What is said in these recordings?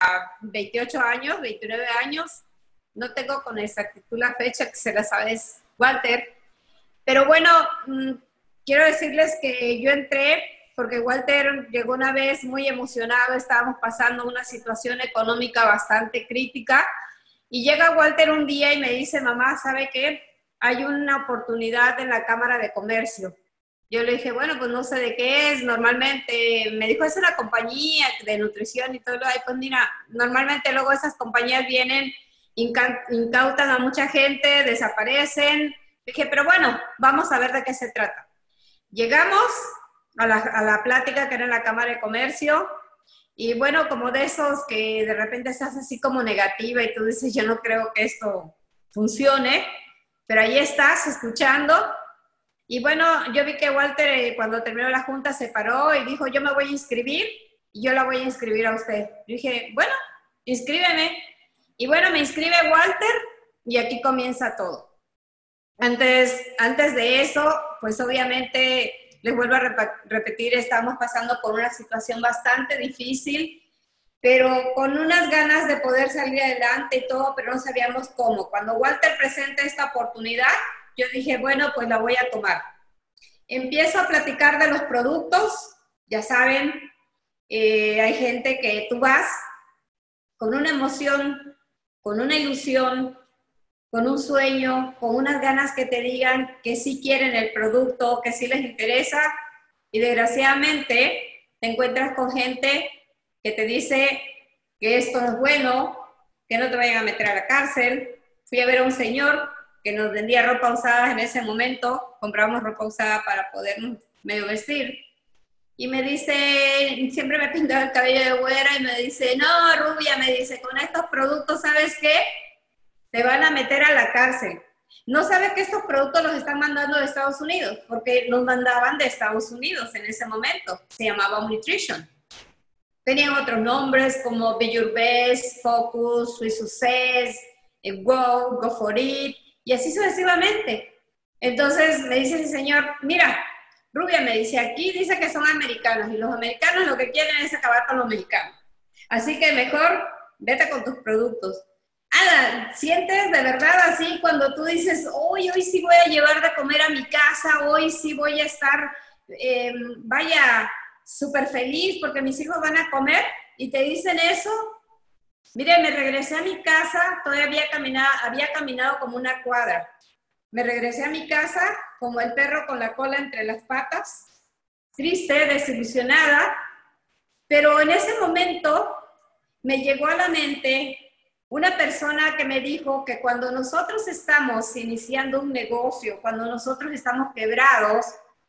a 28 años, 29 años. No tengo con exactitud la fecha, que se la sabes, Walter. Pero bueno, quiero decirles que yo entré porque Walter llegó una vez muy emocionado, estábamos pasando una situación económica bastante crítica, y llega Walter un día y me dice, mamá, ¿sabe qué? Hay una oportunidad en la Cámara de Comercio. Yo le dije, bueno, pues no sé de qué es, normalmente, me dijo, es una compañía de nutrición y todo lo ahí, pues mira, normalmente luego esas compañías vienen, incautan a mucha gente, desaparecen. Dije, pero bueno, vamos a ver de qué se trata. Llegamos a la plática que era en la Cámara de Comercio, y bueno, como de esos que de repente estás así como negativa y tú dices, yo no creo que esto funcione, pero ahí estás escuchando. Y bueno, yo vi que Walter cuando terminó la junta se paró y dijo, yo me voy a inscribir y yo la voy a inscribir a usted. Yo dije, bueno, inscríbeme. Y bueno, me inscribe Walter y aquí comienza todo. Antes de eso, pues obviamente, les vuelvo a repetir, estamos pasando por una situación bastante difícil, pero con unas ganas de poder salir adelante y todo, pero no sabíamos cómo. Cuando Walter presenta esta oportunidad, yo dije, bueno, pues la voy a tomar. Empiezo a platicar de los productos, ya saben, hay gente que tú vas con una emoción, con una ilusión, con un sueño, con unas ganas que te digan que sí quieren el producto, que sí les interesa, y desgraciadamente te encuentras con gente que te dice que esto no es bueno, que no te vayan a meter a la cárcel. Fui a ver a un señor que nos vendía ropa usada en ese momento, compramos ropa usada para podernos medio vestir, y me dice, siempre me pintaba el cabello de güera, y me dice, no, rubia, me dice, con estos productos, ¿sabes qué? Te van a meter a la cárcel. No sabe que estos productos los están mandando de Estados Unidos, porque los mandaban de Estados Unidos en ese momento. Se llamaba Nutrition. Tenían otros nombres como Be Your Best, Focus, Sweet Success, Go For It, y así sucesivamente. Entonces me dice el señor, mira, Rubia, me dice, aquí dice que son americanos, y los americanos lo que quieren es acabar con los mexicanos. Así que mejor vete con tus productos. Ada, ¿sientes de verdad así cuando tú dices, hoy sí voy a llevar de comer a mi casa, hoy sí voy a estar, vaya, súper feliz porque mis hijos van a comer, y te dicen eso? Mire, me regresé a mi casa, todavía había caminado como una cuadra. Me regresé a mi casa como el perro con la cola entre las patas, triste, desilusionada, pero en ese momento me llegó a la mente una persona que me dijo que cuando nosotros estamos iniciando un negocio, cuando nosotros estamos quebrados,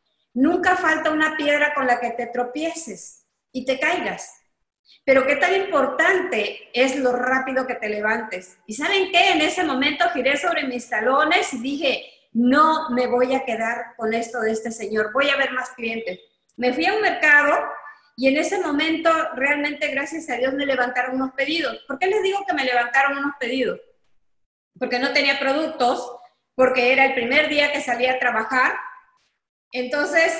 nunca falta una piedra con la que te tropieces y te caigas. Pero qué tan importante es lo rápido que te levantes. ¿Y saben qué? En ese momento giré sobre mis talones y dije, no me voy a quedar con esto de este señor, voy a ver más clientes. Me fui a un mercado y en ese momento realmente, gracias a Dios, me levantaron unos pedidos. ¿Por qué les digo que me levantaron unos pedidos? Porque no tenía productos, porque era el primer día que salía a trabajar. Entonces,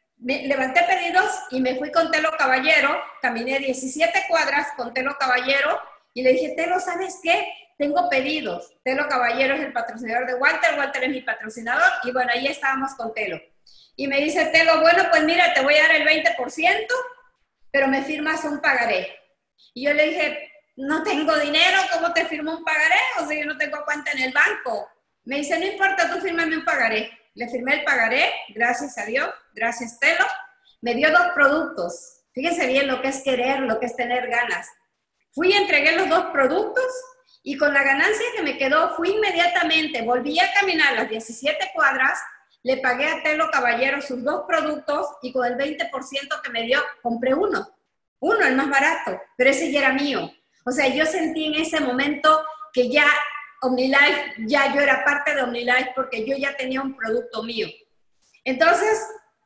me levanté pedidos y me fui con Telo Caballero, caminé 17 cuadras con Telo Caballero y le dije, Telo, ¿sabes qué? Tengo pedidos. Telo Caballero es el patrocinador de Walter, Walter es mi patrocinador, y bueno, ahí estábamos con Telo. Y me dice Telo, bueno, pues mira, te voy a dar el 20%, pero me firmas un pagaré. Y yo le dije, no tengo dinero, ¿cómo te firmo un pagaré? O sea, yo no tengo cuenta en el banco. Me dice, no importa, tú fírmame un pagaré. Le firmé el pagaré, gracias a Dios, gracias Telo. Me dio 2 productos. Fíjense bien lo que es querer, lo que es tener ganas. Fui y entregué los 2 productos, y con la ganancia que me quedó, fui inmediatamente, volví a caminar las 17 cuadras, le pagué a Telo Caballero sus 2 productos, y con el 20% que me dio, compré uno, el más barato, pero ese ya era mío. O sea, yo sentí en ese momento que ya OmniLife, ya yo era parte de OmniLife porque yo ya tenía un producto mío. Entonces,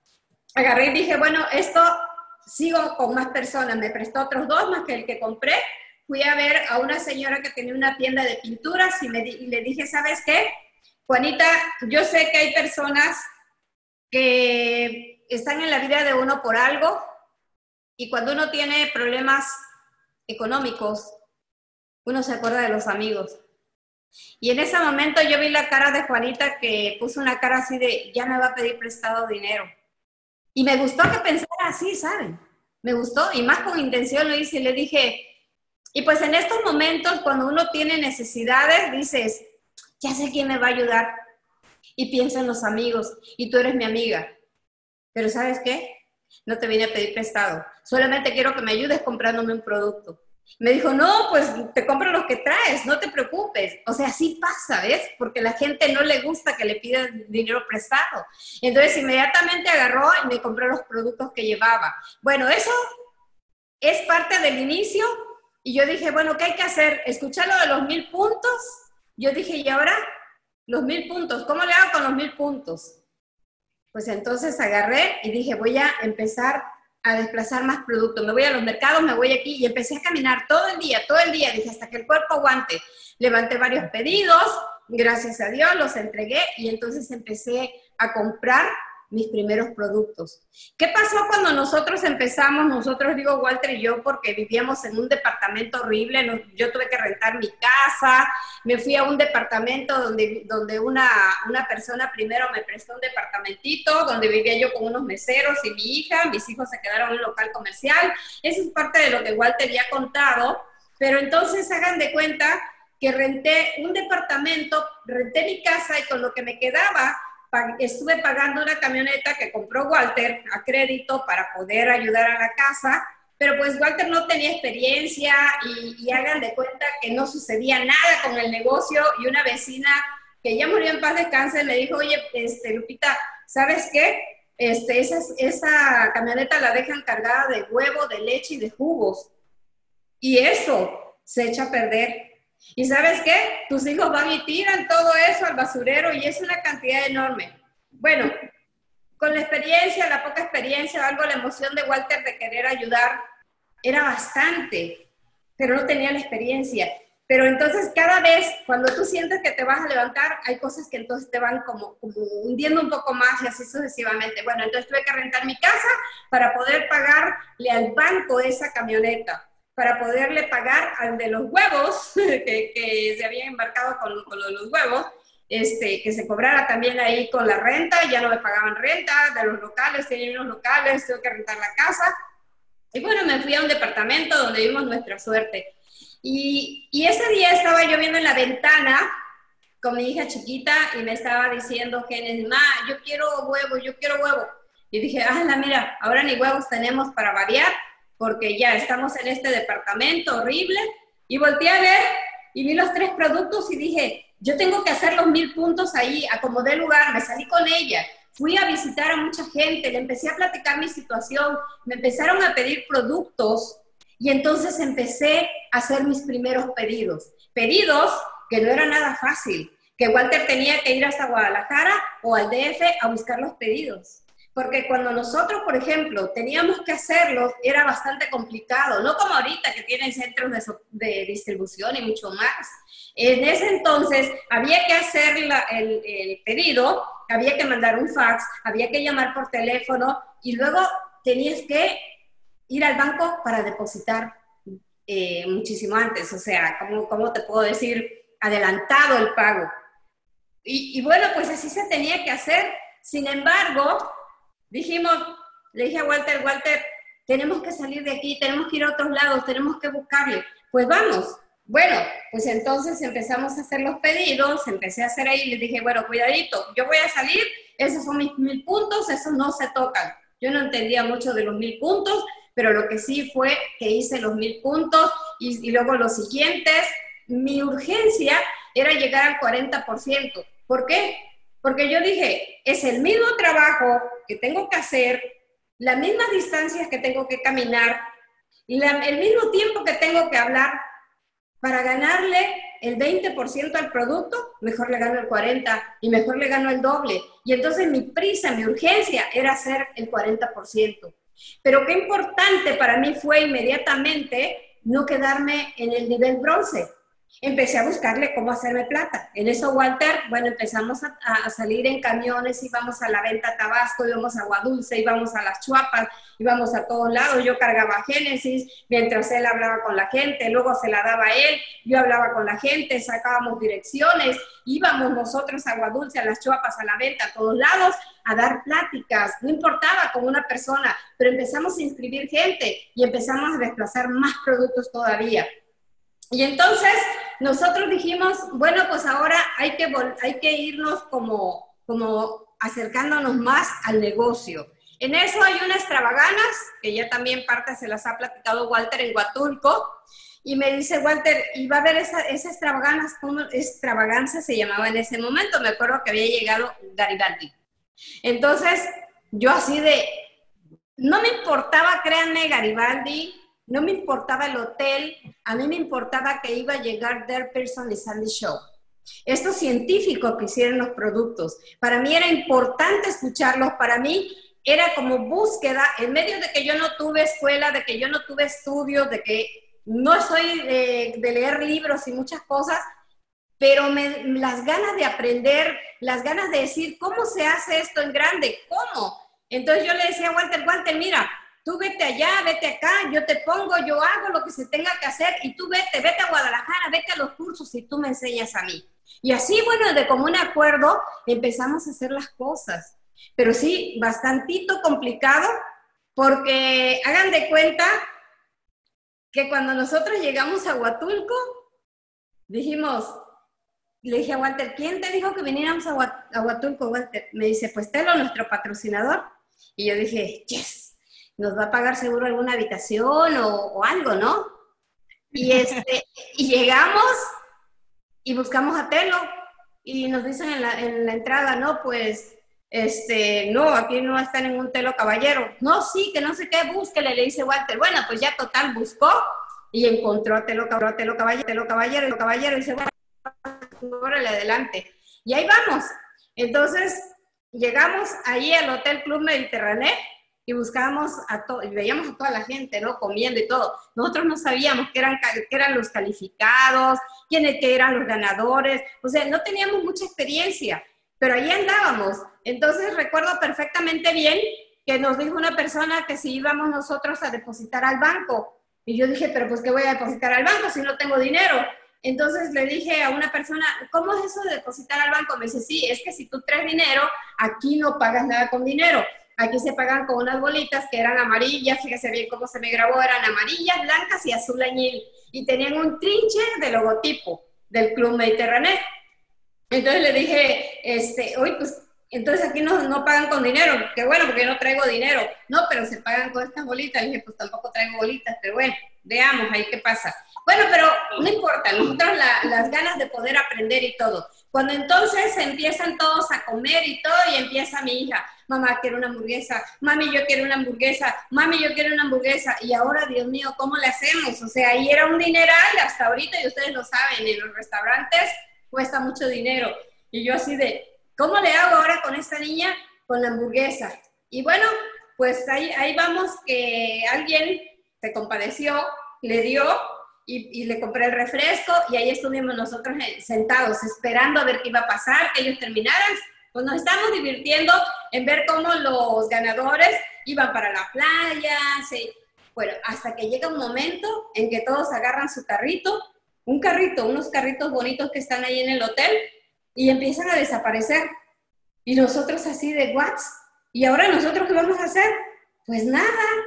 agarré y dije, bueno, esto sigo con más personas. Me prestó otros 2 más que el que compré. Fui a ver a una señora que tenía una tienda de pinturas y le dije, ¿sabes qué? Juanita, yo sé que hay personas que están en la vida de uno por algo, y cuando uno tiene problemas económicos, uno se acuerda de los amigos. Y en ese momento yo vi la cara de Juanita que puso una cara así de, ya me va a pedir prestado dinero. Y me gustó que pensara así, ¿saben? Me gustó, y más con intención lo hice y le dije, y pues en estos momentos cuando uno tiene necesidades, dices, ya sé quién me va a ayudar. Y piensa en los amigos, y tú eres mi amiga. Pero ¿sabes qué? No te vine a pedir prestado, solamente quiero que me ayudes comprándome un producto. Me dijo, no, pues te compro los que traes, no te preocupes. O sea, sí pasa, ¿ves? Porque a la gente no le gusta que le pidan dinero prestado. Entonces inmediatamente agarró y me compró los productos que llevaba. Bueno, eso es parte del inicio. Y yo dije, bueno, ¿qué hay que hacer? Escuchar lo de los 1000 puntos. Yo dije, ¿y ahora? Los 1000 puntos, ¿cómo le hago con los 1000 puntos? Pues entonces agarré y dije, voy a empezar a desplazar más productos. Me voy a los mercados, me voy aquí y empecé a caminar todo el día, dije, hasta que el cuerpo aguante. Levanté varios pedidos, gracias a Dios, los entregué y entonces empecé a comprar mis primeros productos. ¿Qué pasó cuando nosotros empezamos? Nosotros, digo Walter y yo, porque vivíamos en un departamento horrible, yo tuve que rentar mi casa, me fui a un departamento donde una persona primero me prestó un departamentito, donde vivía yo con unos meseros y mi hija, mis hijos se quedaron en un local comercial, eso es parte de lo que Walter ya ha contado, pero entonces hagan de cuenta que renté un departamento, renté mi casa y con lo que me quedaba, estuve pagando una camioneta que compró Walter a crédito para poder ayudar a la casa, pero pues Walter no tenía experiencia y hagan de cuenta que no sucedía nada con el negocio y una vecina que ya murió en paz de cáncer me dijo, oye, Lupita, ¿sabes qué? Esa camioneta la dejan cargada de huevo, de leche y de jugos y eso se echa a perder. ¿Y sabes qué? Tus hijos van y tiran todo eso al basurero y es una cantidad enorme. Bueno, con la experiencia, la poca experiencia, algo la emoción de Walter de querer ayudar era bastante, pero no tenía la experiencia. Pero entonces cada vez, cuando tú sientes que te vas a levantar, hay cosas que entonces te van como hundiendo un poco más y así sucesivamente. Bueno, entonces tuve que rentar mi casa para poder pagarle al banco esa camioneta, para poderle pagar al de los huevos, que se había embarcado con lo de los huevos, que se cobrara también ahí con la renta, ya no me pagaban renta de los locales, tenía unos locales, tuve que rentar la casa. Y bueno, me fui a un departamento donde vimos nuestra suerte. Y ese día estaba yo viendo en la ventana con mi hija chiquita y me estaba diciendo, Genes, ma, yo quiero huevo, yo quiero huevo. Y dije, mira, ahora ni huevos tenemos para variar, porque ya estamos en este departamento horrible. Y volteé a ver y vi los 3 productos y dije, yo tengo que hacer los 1000 puntos ahí, acomodé lugar, me salí con ella. Fui a visitar a mucha gente, le empecé a platicar mi situación, me empezaron a pedir productos y entonces empecé a hacer mis primeros pedidos. Pedidos que no era nada fácil, que Walter tenía que ir hasta Guadalajara o al DF a buscar los pedidos. Porque cuando nosotros, por ejemplo, teníamos que hacerlos, era bastante complicado, no como ahorita que tienen centros de distribución y mucho más. En ese entonces había que hacer el pedido, había que mandar un fax, había que llamar por teléfono y luego tenías que ir al banco para depositar muchísimo antes, o sea, ¿cómo te puedo decir? Adelantado el pago. Y bueno, pues así se tenía que hacer. Sin embargo, le dije a Walter, tenemos que salir de aquí, tenemos que ir a otros lados, tenemos que buscarle. Pues vamos. Bueno, pues entonces empezamos a hacer los pedidos, empecé a hacer ahí, les dije, bueno, cuidadito, yo voy a salir, esos son mis 1000 puntos, esos no se tocan. Yo no entendía mucho de los 1000 puntos, pero lo que sí fue que hice los 1000 puntos y luego los siguientes. Mi urgencia era llegar al 40%. ¿Por qué? Porque yo dije, es el mismo trabajo que tengo que hacer, las mismas distancias que tengo que caminar, el mismo tiempo que tengo que hablar para ganarle el 20% al producto, mejor le gano el 40% y mejor le gano el doble. Y entonces mi prisa, mi urgencia era hacer el 40%. Pero qué importante para mí fue inmediatamente no quedarme en el nivel bronce. empecé a buscarle cómo hacerme plata. En eso, Walter, bueno, empezamos a salir en camiones, íbamos a la venta a Tabasco, íbamos a Aguadulce, íbamos a Las Chuapas, íbamos a todos lados. Yo cargaba Génesis, mientras él hablaba con la gente, luego se la daba a él, yo hablaba con la gente, sacábamos direcciones, íbamos nosotros a Aguadulce, a Las Chuapas, a la venta, a todos lados, a dar pláticas, no importaba con una persona, pero empezamos a inscribir gente y empezamos a desplazar más productos todavía. Y entonces nosotros dijimos, bueno, pues ahora hay que irnos como acercándonos más al negocio. En eso hay unas extravaganas, que ya también parte se las ha platicado Walter en Huatulco, y me dice, Walter, y va a haber esa extravaganas, ¿cómo extravaganza se llamaba en ese momento? Me acuerdo que había llegado Garibaldi. Entonces, yo así de, no me importaba, créanme, Garibaldi, no me importaba el hotel, a mí me importaba que iba a llegar Der Person y Sandy Show. Estos científicos que hicieron los productos, para mí era importante escucharlos, para mí era como búsqueda, en medio de que yo no tuve escuela, de que yo no tuve estudios, de que no soy de leer libros y muchas cosas, pero las ganas de aprender, las ganas de decir, ¿cómo se hace esto en grande? ¿Cómo? Entonces yo le decía a Walter, mira, tú vete allá, vete acá, yo te pongo, yo hago lo que se tenga que hacer y tú vete a Guadalajara, vete a los cursos y tú me enseñas a mí. Y así, bueno, de común acuerdo empezamos a hacer las cosas. Pero sí, bastantito complicado porque hagan de cuenta que cuando nosotros llegamos a Huatulco, dijimos, le dije a Walter, ¿quién te dijo que viniéramos a Huatulco, Walter? Me dice, pues Telo, nuestro patrocinador. Y yo dije, yes, nos va a pagar seguro alguna habitación o algo, ¿no? Y, y llegamos y buscamos a Telo y nos dicen en la entrada, no, pues, no, aquí no está ningún Telo Caballero. No, sí, que no sé qué, búsquele, le dice Walter. Bueno, pues ya total, buscó y encontró a Telo Caballero, y dice, bueno, órale, adelante. Y ahí vamos. Entonces, llegamos ahí al Hotel Club Mediterráneo y buscábamos y veíamos a toda la gente, ¿no? Comiendo y todo. Nosotros no sabíamos qué eran los calificados, quiénes eran los ganadores, o sea, no teníamos mucha experiencia, pero ahí andábamos. Entonces, recuerdo perfectamente bien que nos dijo una persona que si íbamos nosotros a depositar al banco. Y yo dije, pero pues, ¿qué voy a depositar al banco si no tengo dinero? Entonces le dije a una persona, ¿cómo es eso de depositar al banco? Me dice, sí, es que si tú traes dinero, aquí no pagas nada con dinero. Aquí se pagan con unas bolitas que eran amarillas, fíjese bien cómo se me grabó, eran amarillas, blancas y azul añil. Y tenían un trinche de logotipo del Club Mediterráneo. Entonces le dije, oye, pues, entonces aquí no pagan con dinero. Qué bueno, porque yo no traigo dinero. No, pero se pagan con estas bolitas. Le dije, pues tampoco traigo bolitas, pero bueno, veamos ahí qué pasa. Bueno, pero no importa, nosotros las ganas de poder aprender y todo. Cuando entonces empiezan todos a comer y todo, y empieza mi hija, mamá, quiero una hamburguesa, mami, yo quiero una hamburguesa, mami, yo quiero una hamburguesa, y ahora, Dios mío, ¿cómo le hacemos? O sea, ahí era un dineral hasta ahorita, y ustedes lo saben, en los restaurantes cuesta mucho dinero. Y yo así de, ¿cómo le hago ahora con esta niña? Con la hamburguesa. Y bueno, pues ahí vamos que alguien se compadeció, le dio, y le compré el refresco y ahí estuvimos nosotros sentados esperando a ver qué iba a pasar, que ellos terminaran. Pues nos estamos divirtiendo en ver cómo los ganadores iban para la playa. Bueno, hasta que llega un momento en que todos agarran su carrito, unos carritos bonitos que están ahí en el hotel y empiezan a desaparecer. Y nosotros así de, ¿what? ¿Y ahora nosotros qué vamos a hacer? Pues nada.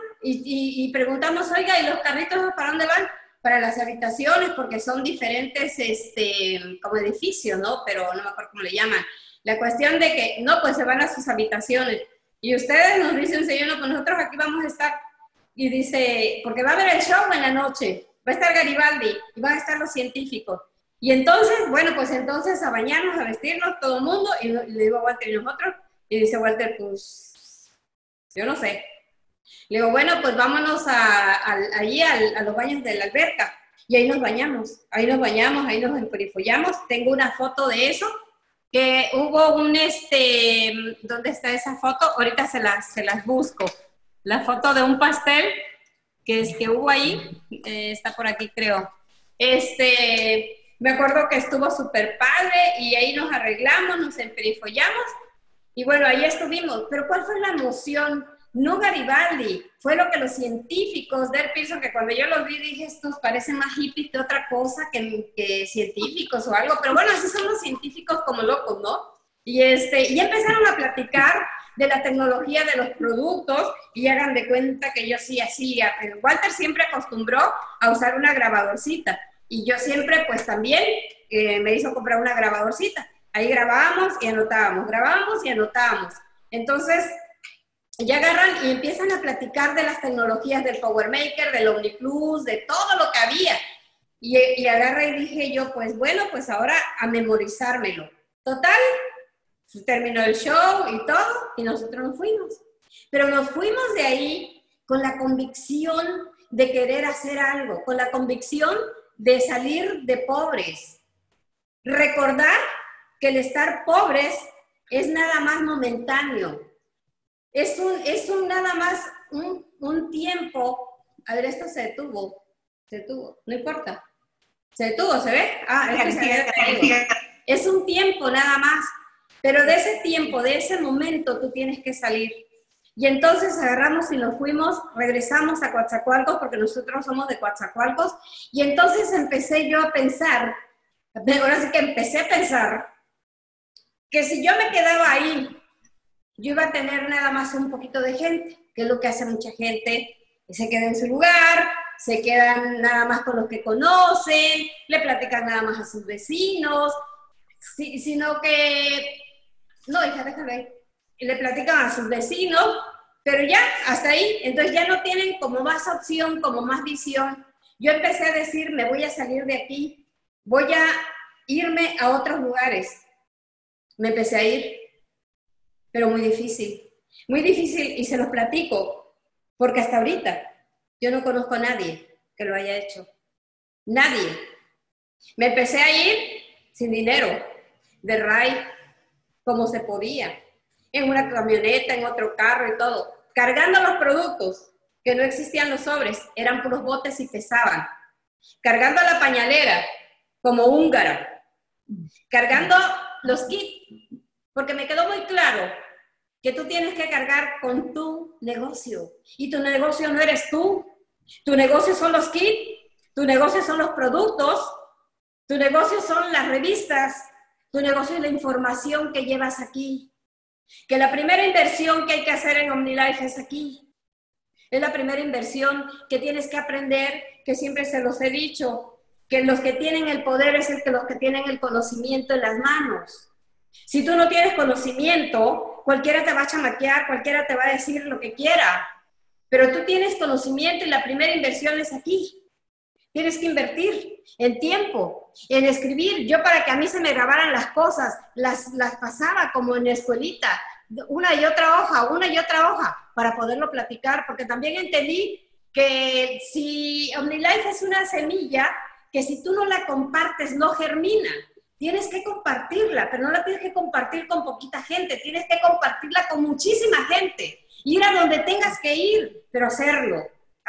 Y preguntamos, oiga, ¿y los carritos para dónde van? Para las habitaciones, porque son diferentes como edificios, ¿no? Pero no me acuerdo cómo le llaman. La cuestión de que, no, pues se van a sus habitaciones. Y ustedes nos dicen, señor, no, pues nosotros aquí vamos a estar. Y dice, porque va a haber el show en la noche, va a estar Garibaldi y van a estar los científicos. Y entonces, bueno, pues entonces a bañarnos, a vestirnos, todo el mundo, y le digo a Walter, ¿y nosotros? Y dice Walter, pues, yo no sé. Le digo, bueno, pues vámonos allí a los baños de la alberca. Y ahí nos bañamos, ahí nos emperifollamos. Tengo una foto de eso, que hubo ¿dónde está esa foto? Ahorita se las busco. La foto de un pastel que hubo ahí, está por aquí creo. me acuerdo que estuvo súper padre y ahí nos arreglamos, nos emperifollamos y bueno, ahí estuvimos. Pero ¿cuál fue la emoción? No Garibaldi, fue lo que los científicos del Pearson, que cuando yo los vi dije, estos parecen más hippies que otra cosa que científicos o algo, pero bueno, así son los científicos como locos, ¿no? Y empezaron a platicar de la tecnología de los productos y hagan de cuenta que yo sí hacía. Walter siempre acostumbró a usar una grabadorcita y yo siempre pues también me hizo comprar una grabadorcita. Ahí grabábamos y anotábamos, grabábamos y anotábamos. Entonces ya agarran y empiezan a platicar de las tecnologías del Power Maker, del OmniPlus, de todo lo que había. Y agarra y dije yo, pues bueno, pues ahora a memorizármelo. Total, terminó el show y todo, y nosotros nos fuimos. Pero nos fuimos de ahí con la convicción de querer hacer algo, con la convicción de salir de pobres. Recordar que el estar pobres es nada más momentáneo. Es un nada más un tiempo. A ver, esto se detuvo, no importa. Se detuvo, ¿se ve? Ah, es que se ve. Es un tiempo nada más. Pero de ese tiempo, de ese momento, tú tienes que salir. Y entonces agarramos y nos fuimos, regresamos a Coatzacoalcos, porque nosotros somos de Coatzacoalcos, y entonces empecé yo a pensar, ahora sí que empecé a pensar, que si yo me quedaba ahí, yo iba a tener nada más un poquito de gente, que es lo que hace mucha gente, que se queda en su lugar, se quedan nada más con los que conocen, le platican nada más a sus vecinos, sino que... No, hija, déjalo ahí. Y le platican a sus vecinos, pero ya, hasta ahí. Entonces ya no tienen como más opción, como más visión. Yo empecé a decir, me voy a salir de aquí, voy a irme a otros lugares. Me empecé a ir, pero muy difícil y se los platico, porque hasta ahorita yo no conozco a nadie que lo haya hecho. Nadie. Me empecé a ir sin dinero, de RAI, como se podía, en una camioneta, en otro carro y todo, cargando los productos, que no existían los sobres, eran puros botes y pesaban, cargando la pañalera, como húngara, cargando los kits, porque me quedó muy claro que tú tienes que cargar con tu negocio, y tu negocio no eres tú, tu negocio son los kits, tu negocio son los productos, tu negocio son las revistas, tu negocio es la información que llevas aquí. Que la primera inversión que hay que hacer en OmniLife es aquí. Es la primera inversión que tienes que aprender, que siempre se los he dicho, que los que tienen el poder es los que tienen el conocimiento en las manos. Si tú no tienes conocimiento, cualquiera te va a chamaquear, cualquiera te va a decir lo que quiera. Pero tú tienes conocimiento y la primera inversión es aquí. Tienes que invertir en tiempo, en escribir. Yo para que a mí se me grabaran las cosas, las pasaba como en la escuelita, una y otra hoja, para poderlo platicar, porque también entendí que si OmniLife es una semilla, que si tú no la compartes, no germina. Tienes que compartirla, pero no la tienes que compartir con poquita gente, tienes que compartirla con muchísima gente. Ir a donde tengas que ir, pero hacerlo.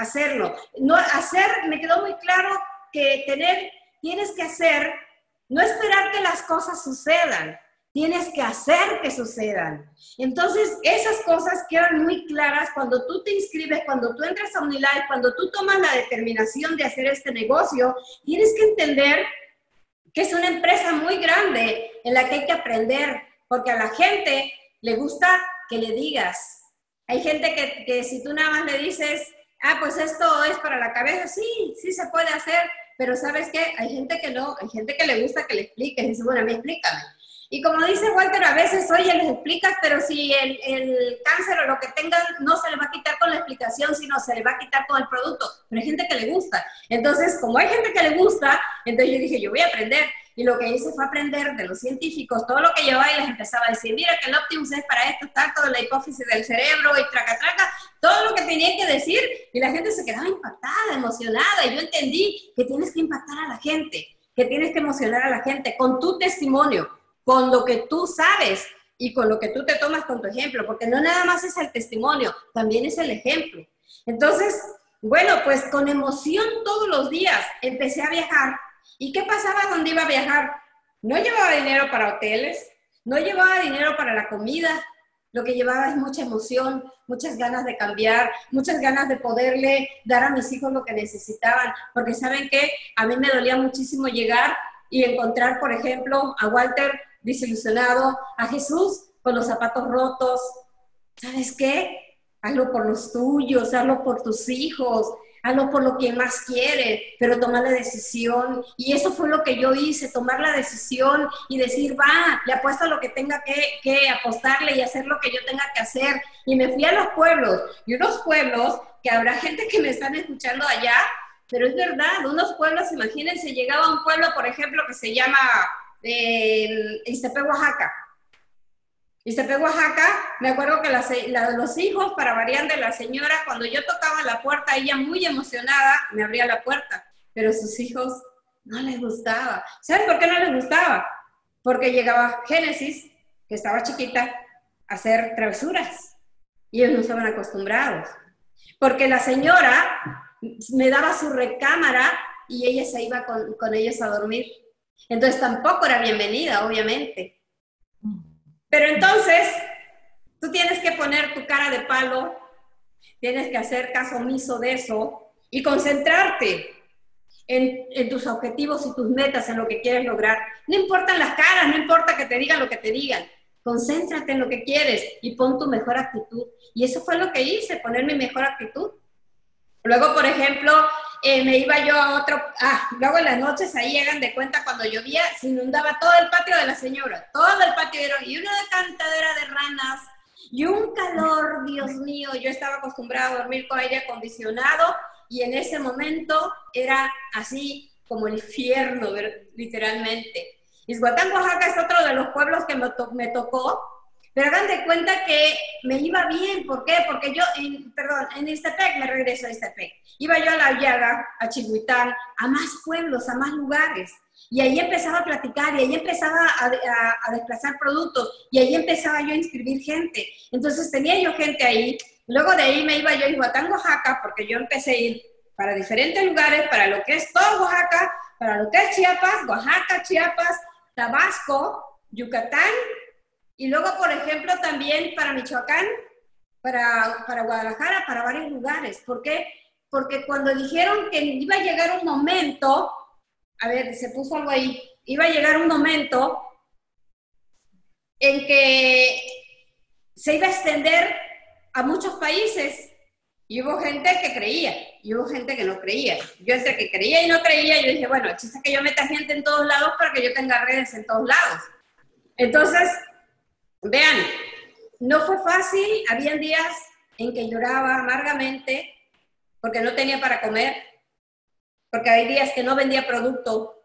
No, me quedó muy claro que tienes que hacer, no esperar que las cosas sucedan, tienes que hacer que sucedan. Entonces, esas cosas quedan muy claras cuando tú te inscribes, cuando tú entras a OmniLife, cuando tú tomas la determinación de hacer este negocio, tienes que entender que es una empresa muy grande en la que hay que aprender, porque a la gente le gusta que le digas. Hay gente que si tú nada más le dices, pues esto es para la cabeza, sí se puede hacer, pero ¿sabes qué? Hay gente que no, hay gente que le gusta que le expliques, y dice, bueno, a mí explícame. Y como dice Walter, a veces, oye, les explicas, pero si el cáncer o lo que tengan no se le va a quitar con la explicación, sino se le va a quitar con el producto, pero hay gente que le gusta. Entonces, como hay gente que le gusta, entonces yo dije, yo voy a aprender. Y lo que hice fue aprender de los científicos todo lo que llevaba y les empezaba a decir, mira que el Optimus es para esto, tanto de la hipófisis del cerebro y traca, todo lo que tenía que decir, y la gente se quedaba impactada, emocionada, y yo entendí que tienes que impactar a la gente, que tienes que emocionar a la gente con tu testimonio, con lo que tú sabes y con lo que tú te tomas con tu ejemplo, porque no nada más es el testimonio, también es el ejemplo. Entonces, bueno, pues con emoción todos los días empecé a viajar ¿Y qué pasaba donde iba a viajar? No llevaba dinero para hoteles, no llevaba dinero para la comida, lo que llevaba es mucha emoción, muchas ganas de cambiar, muchas ganas de poderle dar a mis hijos lo que necesitaban, porque ¿saben qué? A mí me dolía muchísimo llegar y encontrar, por ejemplo, a Walter desilusionado, a Jesús con los zapatos rotos. ¿Sabes qué? Hazlo por los tuyos, hazlo por tus hijos, hazlo por lo que más quieres, pero toma la decisión. Y eso fue lo que yo hice, tomar la decisión y decir, va, le apuesto a lo que tenga que apostarle y hacer lo que yo tenga que hacer. Y me fui a los pueblos, y unos pueblos que habrá gente que me están escuchando allá, pero es verdad, unos pueblos, imagínense, llegaba a un pueblo, por ejemplo, que se llama Ixtepec, Oaxaca. Ixtepec, Oaxaca, me acuerdo que los hijos, para variar de la señora, cuando yo tocaba la puerta, ella muy emocionada me abría la puerta, pero sus hijos no les gustaba. ¿Saben por qué no les gustaba? Porque llegaba Génesis, que estaba chiquita, a hacer travesuras, y ellos no estaban acostumbrados. Porque la señora me daba su recámara y ella se iba con ellos a dormir. Entonces tampoco era bienvenida, obviamente. Pero entonces, tú tienes que poner tu cara de palo, tienes que hacer caso omiso de eso y concentrarte en tus objetivos y tus metas, en lo que quieres lograr. No importan las caras, no importa que te digan lo que te digan. Concéntrate en lo que quieres y pon tu mejor actitud. Y eso fue lo que hice, poner mi mejor actitud. Luego, por ejemplo, me iba yo a otro... luego en las noches ahí, hagan de cuenta, cuando llovía, se inundaba todo el patio de la señora, todo el patio, y una cantadera de ranas, y un calor, Dios mío, yo estaba acostumbrada a dormir con aire acondicionado, y en ese momento era así como el infierno, literalmente. Ixhuatán, Oaxaca es otro de los pueblos que me tocó, pero hagan de cuenta que me iba bien. ¿Por qué? Porque yo, en Ixtepec, me regreso a Ixtepec. Iba yo a La Llaga, a Chihuitán, a más pueblos, a más lugares. Y ahí empezaba a platicar, y ahí empezaba a desplazar productos, y ahí empezaba yo a inscribir gente. Entonces tenía yo gente ahí. Luego de ahí me iba yo a Ixhuatán, Oaxaca, porque yo empecé a ir para diferentes lugares, para lo que es todo Oaxaca, para lo que es Chiapas, Oaxaca, Chiapas, Tabasco, Yucatán, y luego, por ejemplo, también para Michoacán, para Guadalajara, para varios lugares. ¿Por qué? Porque cuando dijeron que iba a llegar un momento, a ver, se puso algo ahí, iba a llegar un momento en que se iba a extender a muchos países. Y hubo gente que creía, y hubo gente que no creía. Yo entre que creía y no creía, yo dije, bueno, el chiste es que yo meta gente en todos lados para que yo tenga redes en todos lados. Entonces, vean, no fue fácil, habían días en que lloraba amargamente porque no tenía para comer, porque hay días que no vendía producto,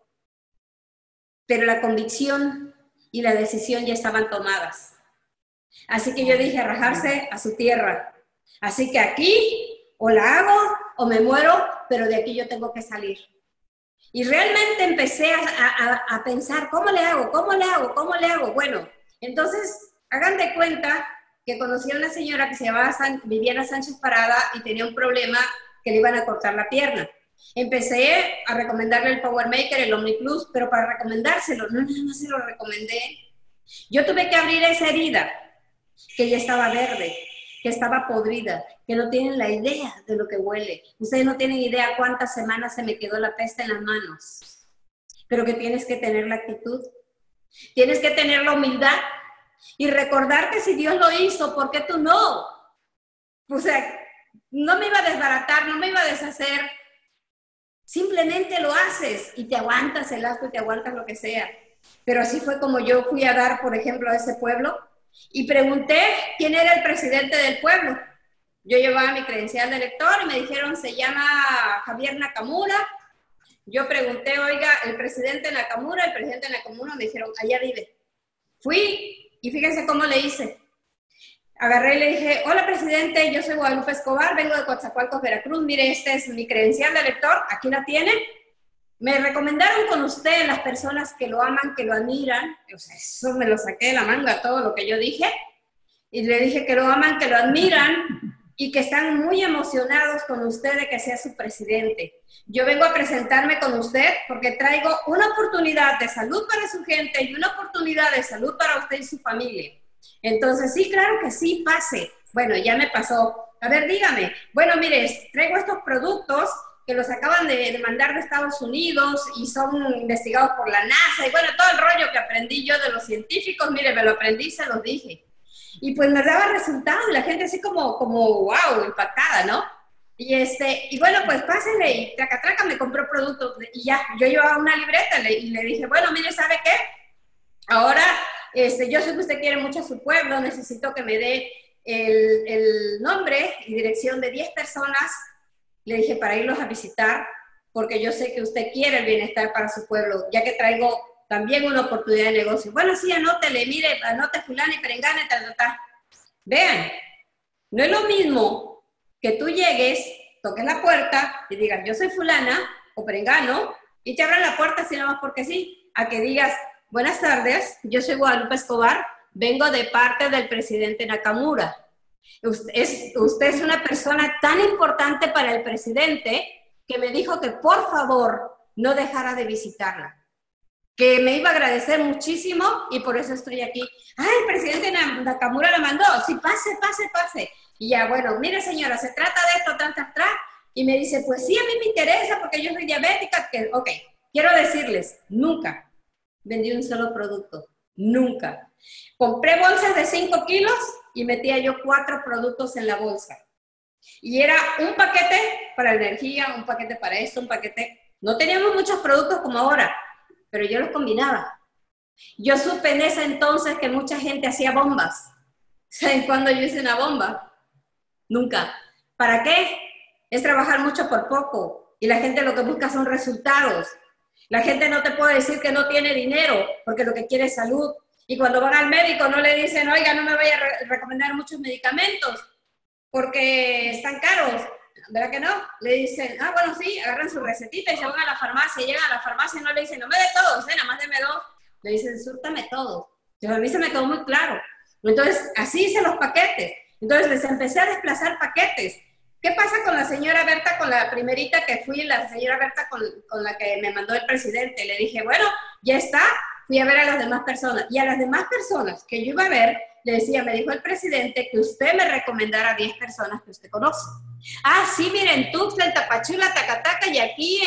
pero la convicción y la decisión ya estaban tomadas. Así que yo dije, rajarse a su tierra. Así que aquí o la hago o me muero, pero de aquí yo tengo que salir. Y realmente empecé a pensar, ¿cómo le hago? ¿Cómo le hago? ¿Cómo le hago? Bueno, entonces hagan de cuenta que conocí a una señora que se llamaba Viviana Sánchez Parada y tenía un problema que le iban a cortar la pierna. Empecé a recomendarle el Power Maker, el OmniPlus, pero para recomendárselo, no nada más se lo recomendé. Yo tuve que abrir esa herida, que ya estaba verde, que estaba podrida, que no tienen la idea de lo que huele. Ustedes no tienen idea cuántas semanas se me quedó la peste en las manos. Pero que tienes que tener la actitud, tienes que tener la humildad y recordar que si Dios lo hizo, ¿por qué tú no? O sea, no me iba a desbaratar, no me iba a deshacer. Simplemente lo haces y te aguantas el asco y te aguantas lo que sea. Pero así fue como yo fui a dar, por ejemplo, a ese pueblo y pregunté quién era el presidente del pueblo. Yo llevaba mi credencial de elector y me dijeron, se llama Javier Nakamura. Yo pregunté, oiga, el presidente Nakamura me dijeron, allá vive. Fui y fíjense cómo le hice. Agarré y le dije, hola presidente, yo soy Guadalupe Escobar, vengo de Coatzacoalcos, Veracruz, mire, este es mi credencial de elector, aquí la tiene. Me recomendaron con usted las personas que lo aman, que lo admiran, o sea, eso me lo saqué de la manga, todo lo que yo dije, y le dije que lo aman, que lo admiran, y que están muy emocionados con usted de que sea su presidente. Yo vengo a presentarme con usted porque traigo una oportunidad de salud para su gente y una oportunidad de salud para usted y su familia. Entonces, sí, claro que sí, pase. Bueno, ya me pasó. A ver, dígame. Bueno, mire, traigo estos productos que los acaban de mandar de Estados Unidos y son investigados por la NASA y bueno, todo el rollo que aprendí yo de los científicos, mire, me lo aprendí, se los dije. Y pues me daba resultados y la gente así como wow, impactada, ¿no? Y bueno, pues pásenle y traca, traca, me compró productos y ya, yo llevaba una libreta y le dije, bueno, mire, ¿sabe qué? Ahora, yo sé que usted quiere mucho a su pueblo, necesito que me dé el nombre y dirección de 10 personas, le dije, para irlos a visitar, porque yo sé que usted quiere el bienestar para su pueblo, ya que traigo también una oportunidad de negocio. Bueno, sí, anótele, mire, anote fulano y perengana, tal. Vean, no es lo mismo que tú llegues, toques la puerta y digas, yo soy fulana o perengano, y te abran la puerta así nomás porque sí, a que digas, buenas tardes, yo soy Guadalupe Escobar, vengo de parte del presidente Nakamura. Usted es una persona tan importante para el presidente que me dijo que por favor no dejara de visitarla, que me iba a agradecer muchísimo y por eso estoy aquí. ¡Ay, el presidente Nakamura la mandó! Sí, pase. Y ya, bueno, mire señora, se trata de esto, y me dice, pues sí, a mí me interesa porque yo soy diabética. Ok, quiero decirles, nunca vendí un solo producto, nunca. Compré bolsas de 5 kilos y metía yo 4 productos en la bolsa. Y era un paquete para energía, un paquete para esto, un paquete... No teníamos muchos productos como ahora, pero yo los combinaba. Yo supe en ese entonces que mucha gente hacía bombas. ¿Saben cuándo yo hice una bomba? Nunca. ¿Para qué? Es trabajar mucho por poco. Y la gente lo que busca son resultados. La gente no te puede decir que no tiene dinero, porque lo que quiere es salud. Y cuando van al médico no le dicen, oiga, no me vaya a recomendar muchos medicamentos, porque están caros. ¿Verdad que no? Le dicen, bueno, sí, agarran su recetita y se van a la farmacia, llegan a la farmacia y no le dicen, no me dé todos, nada más deme 2. Le dicen, súrtame todos. Entonces, a mí se me quedó muy claro. Entonces, así hice los paquetes. Entonces, les empecé a desplazar paquetes. ¿Qué pasa con la señora Berta, con la primerita que fui, la señora Berta con la que me mandó el presidente? Le dije, bueno, ya está. Fui a ver a las demás personas. Y a las demás personas que yo iba a ver, le decía, me dijo el presidente que usted me recomendara 10 personas que usted conoce. Sí, miren, Tuxtla, en Tapachula, Tacataca y aquí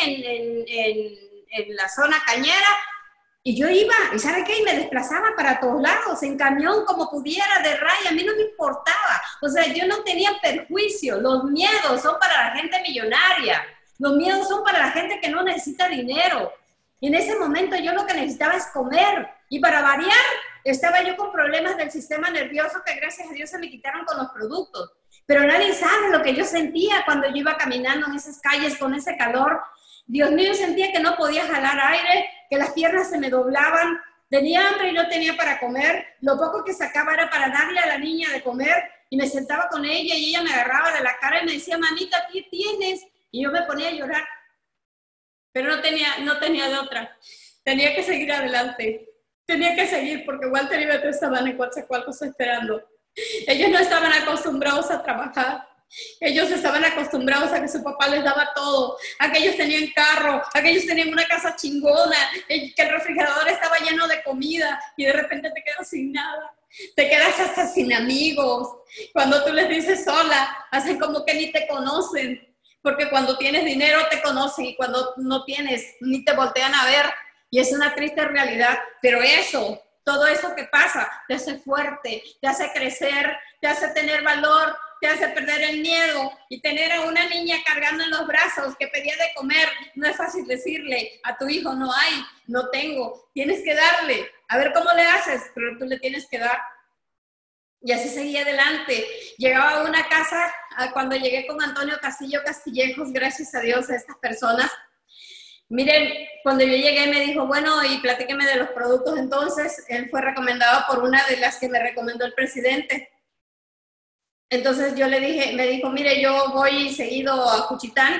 en la zona cañera. Y yo iba, ¿y sabe qué? Y me desplazaba para todos lados, en camión, como pudiera, de raya, a mí no me importaba. O sea, yo no tenía perjuicio. Los miedos son para la gente millonaria. Los miedos son para la gente que no necesita dinero. Y en ese momento yo lo que necesitaba es comer. Y para variar, estaba yo con problemas del sistema nervioso que gracias a Dios se me quitaron con los productos. Pero nadie sabe lo que yo sentía cuando yo iba caminando en esas calles con ese calor. Dios mío, sentía que no podía jalar aire, que las piernas se me doblaban, tenía hambre y no tenía para comer. Lo poco que sacaba era para darle a la niña de comer y me sentaba con ella y ella me agarraba de la cara y me decía, mamita, ¿qué tienes? Y yo me ponía a llorar. Pero no tenía de otra. Tenía que seguir adelante. Tenía que seguir porque Walter y Beto estaban en Coatzacoalcos esperando. Ellos no estaban acostumbrados a trabajar. Ellos estaban acostumbrados a que su papá les daba todo, a que ellos tenían carro, a que ellos tenían una casa chingona, que el refrigerador estaba lleno de comida y de repente te quedas sin nada. Te quedas hasta sin amigos. Cuando tú les dices hola, hacen como que ni te conocen. Porque cuando tienes dinero te conocen y cuando no tienes, ni te voltean a ver. Y es una triste realidad. Pero eso, todo eso que pasa, te hace fuerte, te hace crecer, te hace tener valor, te hace perder el miedo. Y tener a una niña cargando en los brazos que pedía de comer, no es fácil decirle a tu hijo, no hay, no tengo. Tienes que darle. A ver cómo le haces, pero tú le tienes que dar. Y así seguía adelante. Llegaba a una casa, cuando llegué con Antonio Castillo Castillejos, gracias a Dios a estas personas. Miren, cuando yo llegué me dijo, bueno, y platíqueme de los productos. Entonces, él fue recomendado por una de las que me recomendó el presidente. Entonces yo le dije, me dijo, mire, yo voy seguido a Juchitán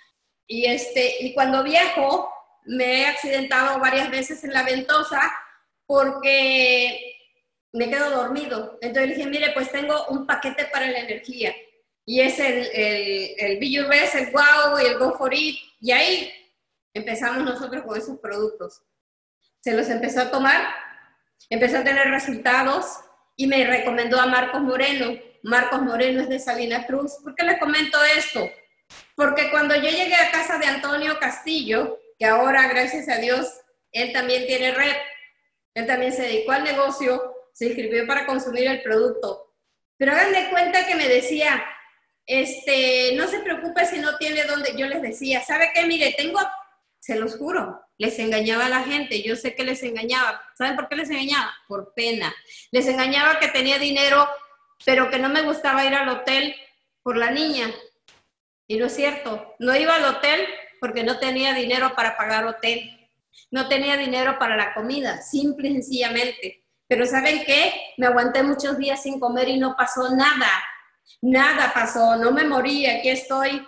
y cuando viajo me he accidentado varias veces en la ventosa porque me quedo dormido. Entonces le dije, mire, pues tengo un paquete para la energía. y es el Be Your Best, el Wow y el Go For It, y ahí empezamos nosotros con esos productos. Se los empezó a tomar, empezó a tener resultados y me recomendó a Marcos Moreno. Marcos Moreno es de Salina Cruz. ¿Por qué les comento esto? Porque cuando yo llegué a casa de Antonio Castillo, que ahora, gracias a Dios, él también tiene red, él también se dedicó al negocio, se inscribió para consumir el producto. Pero hagan de cuenta que me decía, no se preocupe si no tiene dónde. Yo les decía, ¿sabe qué? Mire, tengo, se los juro, les engañaba a la gente, yo sé que les engañaba. ¿Saben por qué les engañaba? Por pena. Les engañaba que tenía dinero, pero que no me gustaba ir al hotel por la niña. Y no es cierto, no iba al hotel porque no tenía dinero para pagar hotel. No tenía dinero para la comida, simple y sencillamente. Pero ¿saben qué? Me aguanté muchos días sin comer y no pasó nada. Nada pasó, no me morí, aquí estoy.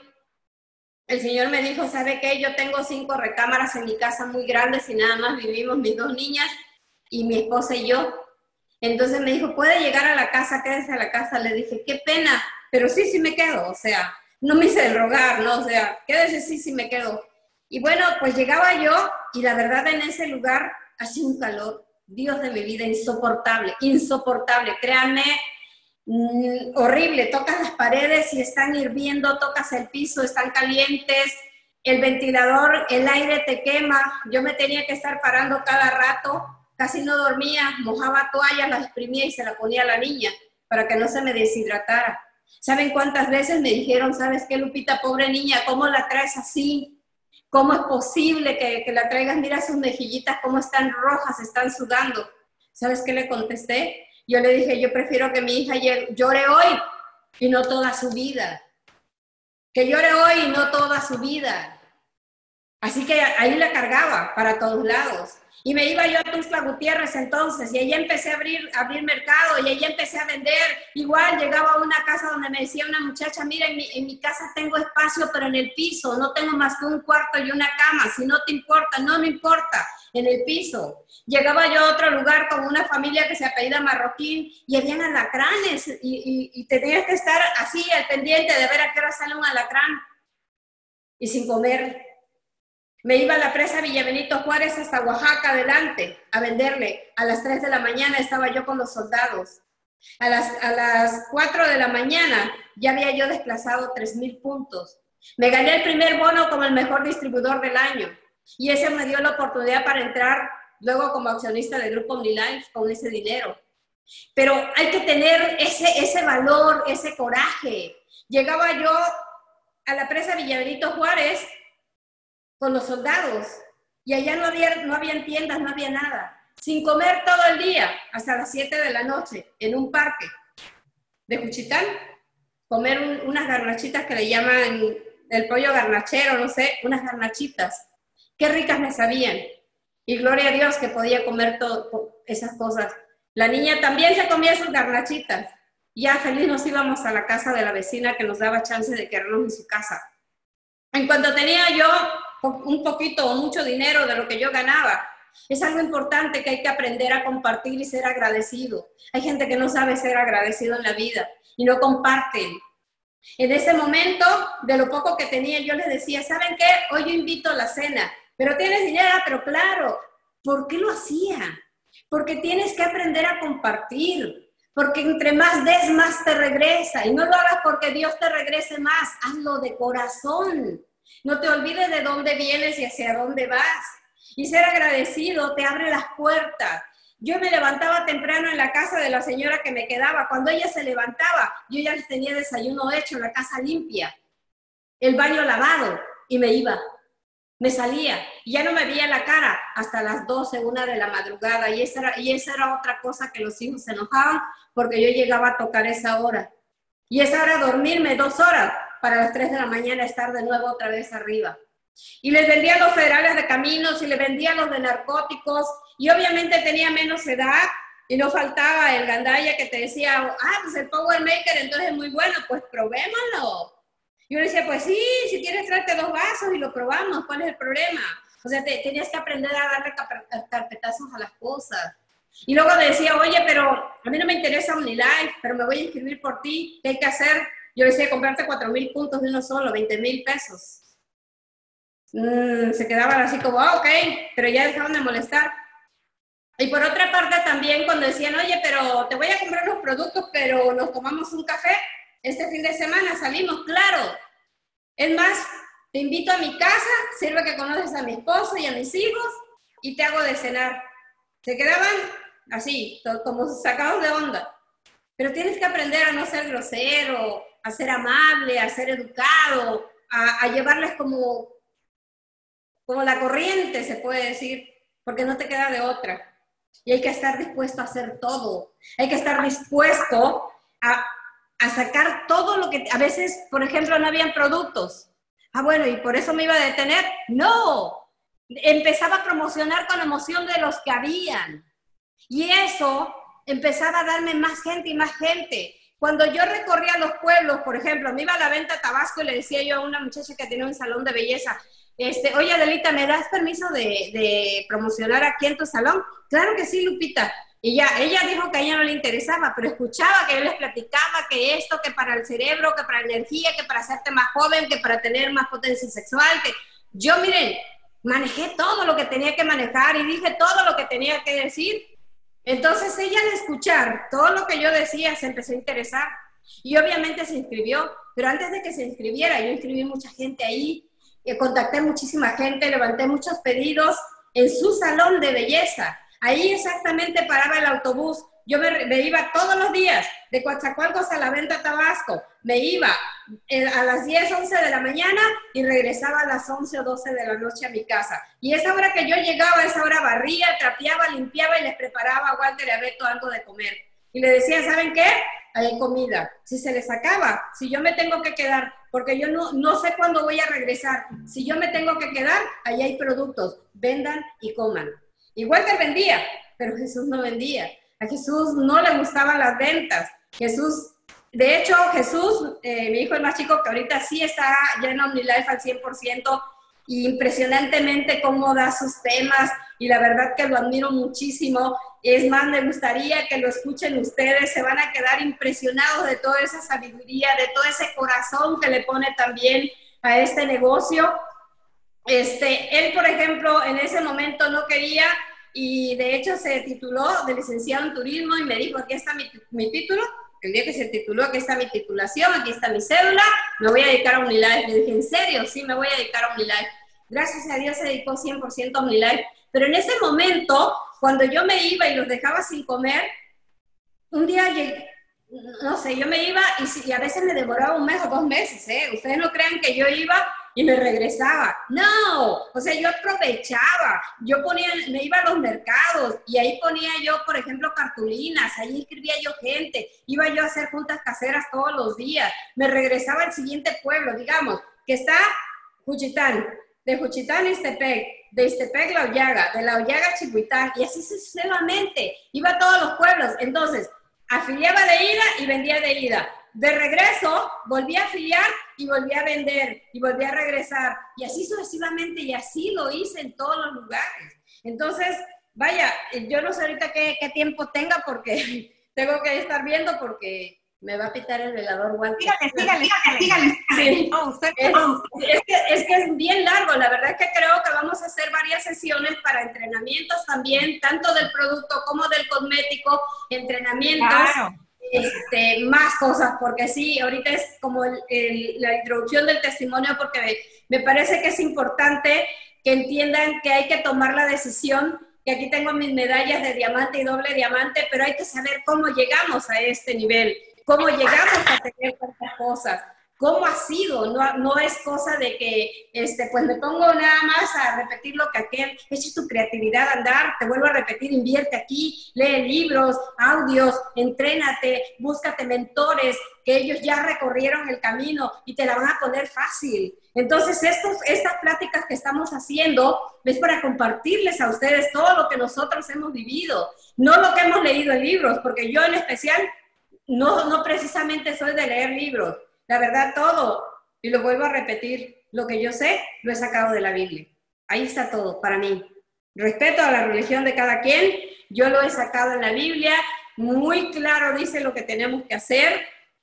El Señor me dijo, ¿sabe qué? Yo tengo 5 recámaras en mi casa muy grandes y nada más vivimos mis 2 niñas y mi esposa y yo. Entonces me dijo, ¿puede llegar a la casa? Quédese a la casa. Le dije, qué pena, pero sí, sí me quedo. O sea, no me hice el rogar, ¿no? O sea, quédese, sí, sí me quedo. Y bueno, pues llegaba yo y la verdad en ese lugar hacía un calor, Dios de mi vida, insoportable, insoportable. Créanme, horrible. Tocas las paredes y están hirviendo, tocas el piso, están calientes, el ventilador, el aire te quema. Yo me tenía que estar parando cada rato, casi no dormía, mojaba toallas, las exprimía y se la ponía a la niña para que no se me deshidratara. ¿Saben cuántas veces me dijeron, sabes qué, Lupita, pobre niña, cómo la traes así? ¿Cómo es posible que la traigas? Mira sus mejillitas, cómo están rojas, están sudando. ¿Sabes qué le contesté? Yo le dije, yo prefiero que mi hija llore hoy y no toda su vida. Que llore hoy y no toda su vida. Así que ahí la cargaba para todos lados. Y me iba yo a Tuxtla Gutiérrez entonces, y ahí empecé a abrir mercado, y ahí empecé a vender. Igual llegaba a una casa donde me decía una muchacha, mira, en mi casa tengo espacio, pero en el piso, no tengo más que un cuarto y una cama, si no te importa, no me importa, en el piso. Llegaba yo a otro lugar con una familia que se apellida Marroquín, y habían alacranes, y tenías que estar así al pendiente de ver a qué hora sale un alacrán, y sin comer. Me iba a la presa Villa Benito Juárez hasta Oaxaca adelante a venderle. A las 3 de la mañana estaba yo con los soldados. A las 4 de la mañana ya había yo desplazado 3,000 puntos. Me gané el primer bono como el mejor distribuidor del año. Y ese me dio la oportunidad para entrar luego como accionista del Grupo OmniLife con ese dinero. Pero hay que tener ese valor, ese coraje. Llegaba yo a la presa Villa Benito Juárez con los soldados, y allá no había tiendas, no había nada, sin comer todo el día, hasta las 7 de la noche, en un parque de Juchitán, comer unas garnachitas que le llaman el pollo garnachero, no sé, unas garnachitas, qué ricas me sabían, y gloria a Dios que podía comer todo, esas cosas. La niña también se comía sus garnachitas, ya feliz nos íbamos a la casa de la vecina que nos daba chance de quedarnos en su casa. En cuanto tenía yo un poquito o mucho dinero de lo que yo ganaba, es algo importante que hay que aprender a compartir y ser agradecido. Hay gente que no sabe ser agradecido en la vida y no comparten. En ese momento, de lo poco que tenía, yo les decía, ¿saben qué? Hoy yo invito a la cena, pero ¿tienes dinero? Pero claro, ¿por qué lo hacía? Porque tienes que aprender a compartir. Porque entre más des, más te regresa. Y no lo hagas porque Dios te regrese más. Hazlo de corazón. No te olvides de dónde vienes y hacia dónde vas. Y ser agradecido te abre las puertas. Yo me levantaba temprano en la casa de la señora que me quedaba. Cuando ella se levantaba, yo ya les tenía desayuno hecho, la casa limpia, el baño lavado, y me iba. Me salía y ya no me veía la cara hasta las 12, 1 de la madrugada. Y esa era otra cosa que los hijos se enojaban porque yo llegaba a tocar esa hora. Y esa hora dormirme 2 horas para las 3 de la mañana estar de nuevo otra vez arriba. Y les vendía a los federales de caminos y les vendía a los de narcóticos. Y obviamente tenía menos edad y no faltaba el gandaya que te decía, pues el Power Maker entonces es muy bueno, pues probémoslo. Yo le decía, pues sí, si quieres tráete 2 vasos y lo probamos, ¿cuál es el problema? O sea, tenías que aprender a darle carpetazos a las cosas. Y luego le decía, oye, pero a mí no me interesa OmniLife, pero me voy a inscribir por ti, ¿qué hay que hacer? Yo decía, comprarte 4,000 puntos de uno solo, 20,000 pesos. Se quedaban así como, ok, pero ya dejaron de molestar. Y por otra parte también cuando decían, oye, pero te voy a comprar los productos, pero nos tomamos un café, este fin de semana salimos, claro. Es más, te invito a mi casa, sirve que conoces a mi esposo y a mis hijos y te hago de cenar. Se quedaban así, como sacados de onda. Pero tienes que aprender a no ser grosero, a ser amable, a ser educado, a llevarles como la corriente, se puede decir, porque no te queda de otra. Y hay que estar dispuesto a hacer todo. Hay que estar dispuesto a sacar todo lo que... A veces, por ejemplo, no habían productos. Ah, bueno, ¿y por eso me iba a detener? No. Empezaba a promocionar con emoción de los que habían. Y eso empezaba a darme más gente y más gente. Cuando yo recorría los pueblos, por ejemplo, me iba a la venta a Tabasco y le decía yo a una muchacha que tenía un salón de belleza, oye, Adelita, ¿me das permiso de promocionar aquí en tu salón? Claro que sí, Lupita. Y ya, ella dijo que a ella no le interesaba, pero escuchaba que yo les platicaba que esto, que para el cerebro, que para la energía, que para hacerte más joven, que para tener más potencia sexual, que yo, miren, manejé todo lo que tenía que manejar y dije todo lo que tenía que decir. Entonces ella al escuchar todo lo que yo decía se empezó a interesar y obviamente se inscribió, pero antes de que se inscribiera yo inscribí mucha gente ahí, contacté muchísima gente, levanté muchos pedidos en su salón de belleza. Ahí exactamente paraba el autobús. Yo me iba todos los días de Coatzacoalcos a la venta Tabasco. Me iba a las 10, 11 de la mañana y regresaba a las 11 o 12 de la noche a mi casa. Y esa hora que yo llegaba, esa hora barría, trapeaba, limpiaba y les preparaba a Walter y a Beto algo de comer. Y le decía, ¿saben qué? Hay comida. Si se les acaba, si yo me tengo que quedar, porque yo no sé cuándo voy a regresar. Si yo me tengo que quedar, allá hay productos. Vendan y coman. Y Walter vendía, pero Jesús no vendía. A Jesús no le gustaban las ventas. Jesús, de hecho, Jesús, mi hijo el más chico, que ahorita sí está ya en OmniLife al 100%, y impresionantemente cómo da sus temas, y la verdad que lo admiro muchísimo. Es más, me gustaría que lo escuchen ustedes, se van a quedar impresionados de toda esa sabiduría, de todo ese corazón que le pone también a este negocio. Él, por ejemplo, en ese momento no quería y de hecho se tituló de licenciado en turismo y me dijo, aquí está mi título. El día que se tituló, aquí está mi titulación, aquí está mi cédula, me voy a dedicar a OmniLife. Le dije, ¿en serio? Sí, me voy a dedicar a OmniLife. Gracias a Dios se dedicó 100% a OmniLife. Pero en ese momento, cuando yo me iba y los dejaba sin comer, un día llegué, no sé, yo me iba y a veces me demoraba 1 mes o 2 meses, ¿eh? Ustedes no crean que yo iba y me regresaba. No, o sea, yo aprovechaba, me iba a los mercados y ahí ponía yo, por ejemplo, cartulinas, ahí inscribía yo gente, iba yo a hacer juntas caseras todos los días, me regresaba al siguiente pueblo, digamos, que está Juchitán, de Juchitán a Ixtepec, de Ixtepec La Hoyaga, de La Hoyaga a Chihuitán, y así sucesivamente, iba a todos los pueblos. Entonces, afiliaba de ida y vendía de ida. De regreso, volví a afiliar y volví a vender y volví a regresar. Y así sucesivamente, y así lo hice en todos los lugares. Entonces, vaya, yo no sé ahorita qué tiempo tenga porque tengo que estar viendo porque me va a pitar el velador, Walter. Sígale. Sí. Oh, es que es bien largo. La verdad es que creo que vamos a hacer varias sesiones para entrenamientos también, tanto del producto como del cosmético, entrenamientos, claro. Más cosas, porque sí, ahorita es como la introducción del testimonio, porque me parece que es importante que entiendan que hay que tomar la decisión, que aquí tengo mis medallas de diamante y doble diamante, pero hay que saber cómo llegamos a este nivel, cómo llegamos a tener tantas cosas, cómo ha sido, no es cosa de que, pues me pongo nada más a repetir lo que aquel, echa tu creatividad a andar, te vuelvo a repetir, invierte aquí, lee libros, audios, entrénate, búscate mentores, que ellos ya recorrieron el camino y te la van a poner fácil. Entonces, estas pláticas que estamos haciendo es para compartirles a ustedes todo lo que nosotros hemos vivido, no lo que hemos leído en libros, porque yo en especial no precisamente soy de leer libros. La verdad, todo, y lo vuelvo a repetir, lo que yo sé, lo he sacado de la Biblia. Ahí está todo, para mí. Respeto a la religión de cada quien, yo lo he sacado en la Biblia, muy claro dice lo que tenemos que hacer,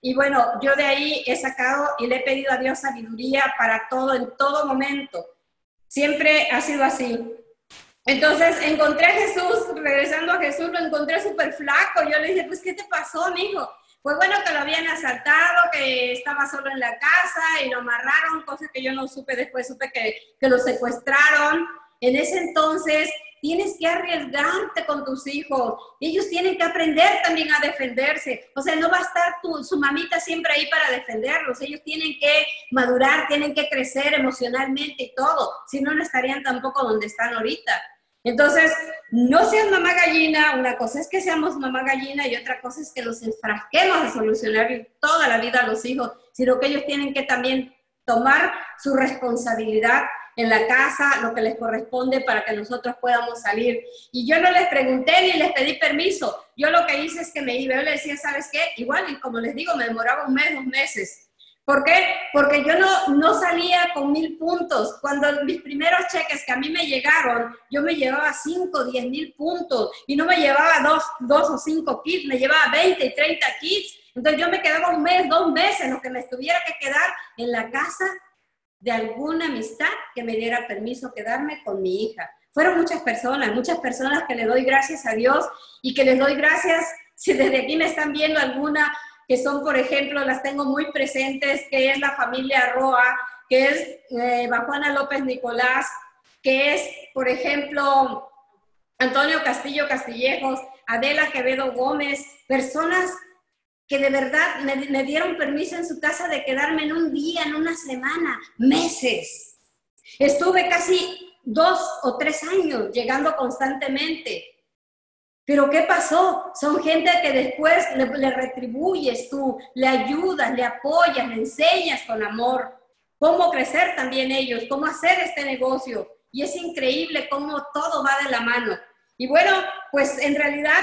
Y bueno, yo de ahí he sacado y le he pedido a Dios sabiduría para todo, en todo momento. Siempre ha sido así. Entonces encontré a Jesús, regresando a Jesús, lo encontré súper flaco. Yo le dije, pues, ¿qué te pasó, mijo? Pues bueno, que lo habían asaltado, que estaba solo en la casa y lo amarraron, cosa que yo no supe, después supe que lo secuestraron. En ese entonces tienes que arriesgarte con tus hijos. Ellos tienen que aprender también a defenderse. O sea, no va a estar su mamita siempre ahí para defenderlos. Ellos tienen que madurar, tienen que crecer emocionalmente y todo. Si no, no estarían tampoco donde están ahorita. Entonces, no seas mamá gallina. Una cosa es que seamos mamá gallina y otra cosa es que nos enfrasquemos a solucionar toda la vida a los hijos, sino que ellos tienen que también tomar su responsabilidad en la casa, lo que les corresponde para que nosotros podamos salir. Y yo no les pregunté ni les pedí permiso. Yo lo que hice es que me iba, yo le decía, ¿sabes qué? Igual, y como les digo, me demoraba un mes, 2 meses. ¿Por qué? Porque yo no salía con 1000 puntos. Cuando mis primeros cheques que a mí me llegaron, yo me llevaba 5, 10,000 puntos y no me llevaba 2 o 5 kits, me llevaba 20 y 30 kits. Entonces yo me quedaba un mes, 2 meses, lo que me tuviera que quedar en la casa de alguna amistad que me diera permiso quedarme con mi hija. Fueron muchas personas que le doy gracias a Dios y que les doy gracias, si desde aquí me están viendo alguna, que son, por ejemplo, las tengo muy presentes, que es la familia Roa, que es Juana López Nicolás, que es, por ejemplo, Antonio Castillo Castillejos, Adela Quevedo Gómez, personas que de verdad me dieron permiso en su casa de quedarme en un día, en una semana, meses. Estuve casi 2 o 3 años llegando constantemente. Pero ¿qué pasó? Son gente que después le retribuyes tú, le ayudas, le apoyas, le enseñas con amor cómo crecer también ellos, cómo hacer este negocio. Y es increíble cómo todo va de la mano. Y bueno, pues en realidad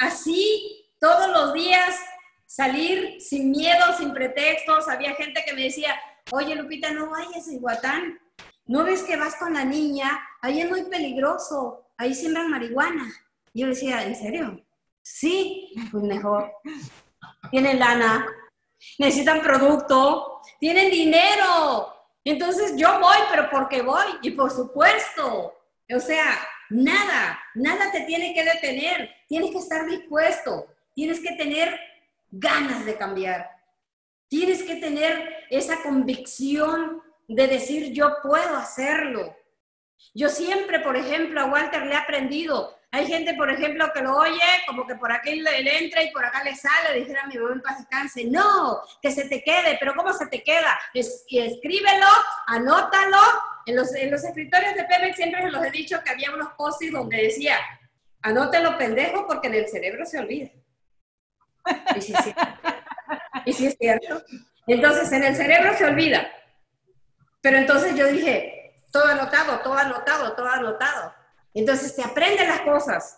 así todos los días salir sin miedo, sin pretextos. Había gente que me decía, oye Lupita, no vayas a Iguatán. ¿No ves que vas con la niña? Ahí es muy peligroso, ahí siembran marihuana. Y yo decía, ¿en serio? Sí, pues mejor. Tienen lana, necesitan producto, tienen dinero. Entonces yo voy, pero porque voy, y por supuesto. O sea, nada te tiene que detener. Tienes que estar dispuesto, tienes que tener ganas de cambiar. Tienes que tener esa convicción de decir, yo puedo hacerlo. Yo siempre, por ejemplo, a Walter le he aprendido. Hay gente, por ejemplo, que lo oye, como que por aquí le entra y por acá le sale, dijera a mi mamá en paz descanse. No, que se te quede, pero ¿cómo se te queda? Escríbelo, anótalo. En los escritorios de Pemex siempre se los he dicho que había unos post-its donde decía, anótelo pendejo porque en el cerebro se olvida. Y sí, sí. Y sí es cierto. Entonces, en el cerebro se olvida. Pero entonces yo dije, todo anotado, todo anotado, todo anotado. Entonces te aprenden las cosas.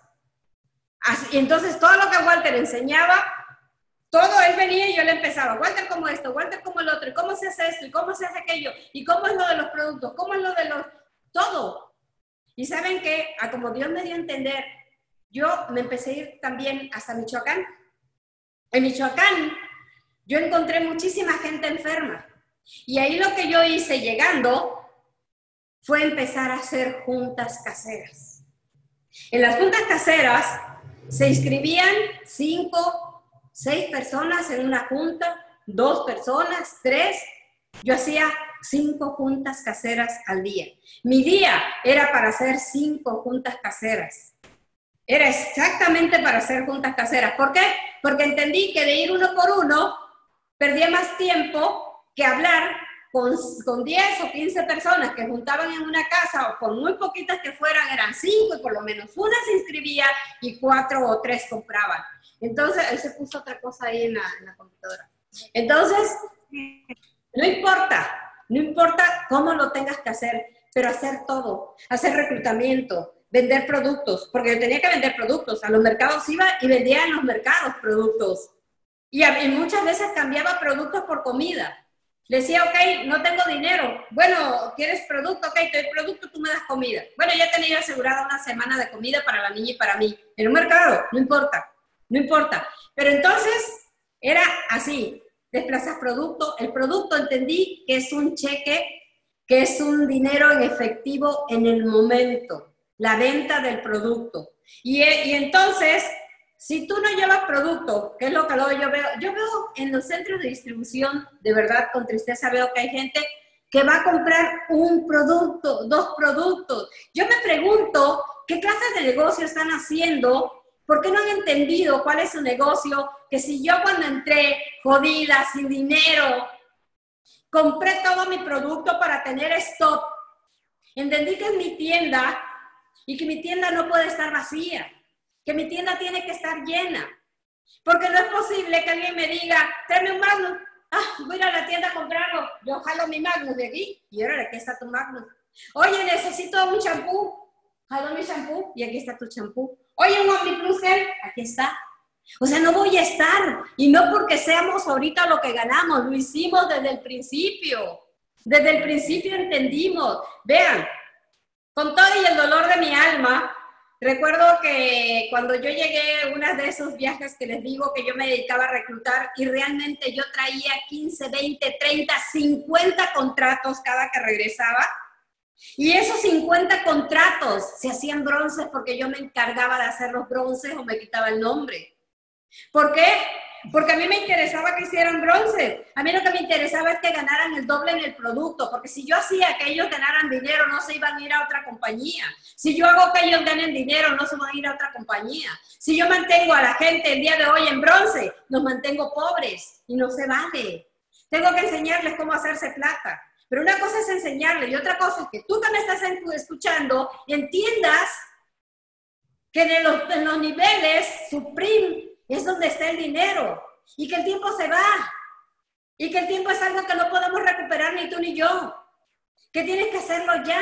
Y entonces todo lo que Walter enseñaba, todo él venía y yo le empezaba, Walter como esto, Walter como el otro, y cómo se hace esto, y cómo se hace aquello, y cómo es lo de los productos, cómo es lo de los... todo. Y ¿saben qué? Como Dios me dio a entender, yo me empecé a ir también hasta Michoacán. En Michoacán yo encontré muchísima gente enferma. Y ahí lo que yo hice llegando fue empezar a hacer juntas caseras. En las juntas caseras se inscribían 5, 6 personas en una junta, 2 personas, 3. Yo hacía 5 juntas caseras al día. Mi día era para hacer 5 juntas caseras. Era exactamente para hacer juntas caseras. ¿Por qué? Porque entendí que de ir uno por uno perdía más tiempo que hablar con 10 o 15 personas que juntaban en una casa, o con muy poquitas que fueran, eran 5 y por lo menos una se inscribía y 4 o 3 compraban. Entonces, él se puso otra cosa ahí en la computadora. Entonces, no importa cómo lo tengas que hacer, pero hacer todo, hacer reclutamiento, vender productos, porque yo tenía que vender productos, a los mercados iba y vendía en los mercados productos. Y muchas veces cambiaba productos por comida. Le decía, ok, no tengo dinero. Bueno, ¿quieres producto? Ok, te doy producto, tú me das comida. Bueno, ya tenía asegurada una semana de comida para la niña y para mí. En un mercado, no importa. Pero entonces era así. desplazas producto. El producto entendí que es un cheque, que es un dinero en efectivo en el momento, la venta del producto. Y entonces, si tú no llevas producto, que es lo que luego yo veo en los centros de distribución, de verdad, con tristeza veo que hay gente que va a comprar un producto, dos productos. Yo me pregunto, ¿qué clases de negocio están haciendo? ¿Por qué no han entendido cuál es su negocio? Que si yo cuando entré jodida, sin dinero, compré todo mi producto para tener stock, entendí que es mi tienda y que mi tienda no puede estar vacía, que mi tienda tiene que estar llena. Porque no es posible que alguien me diga, tráeme un Magnum. Ah, voy a ir a la tienda a comprarlo. Yo jalo mi Magnum de aquí y ahora aquí está tu Magnum. Oye, necesito un champú. Jalo mi champú y aquí está tu champú. Oye, un OmniPlus Gel, aquí está. O sea, no voy a estar. Y no porque seamos ahorita lo que ganamos, lo hicimos desde el principio. Desde el principio entendimos. Vean, con todo y el dolor de mi alma, recuerdo que cuando yo llegué a uno de esos viajes que les digo que yo me dedicaba a reclutar y realmente yo traía 15, 20, 30, 50 contratos cada que regresaba. Y esos 50 contratos se hacían bronces porque yo me encargaba de hacer los bronces o me quitaba el nombre. ¿Por qué? Porque a mí me interesaba que hicieran bronce. A mí lo que me interesaba es que ganaran el doble en el producto, porque si yo hacía que ellos ganaran dinero, no se iban a ir a otra compañía. Si yo hago que ellos ganen dinero, no se van a ir a otra compañía. Si yo mantengo a la gente el día de hoy en bronce, los mantengo pobres y no se vale. Tengo que enseñarles cómo hacerse plata. Pero una cosa es enseñarles y otra cosa es que tú que me estás escuchando entiendas que en los niveles Supreme es donde está el dinero y que el tiempo se va y que el tiempo es algo que no podemos recuperar ni tú ni yo, que tienes que hacerlo ya.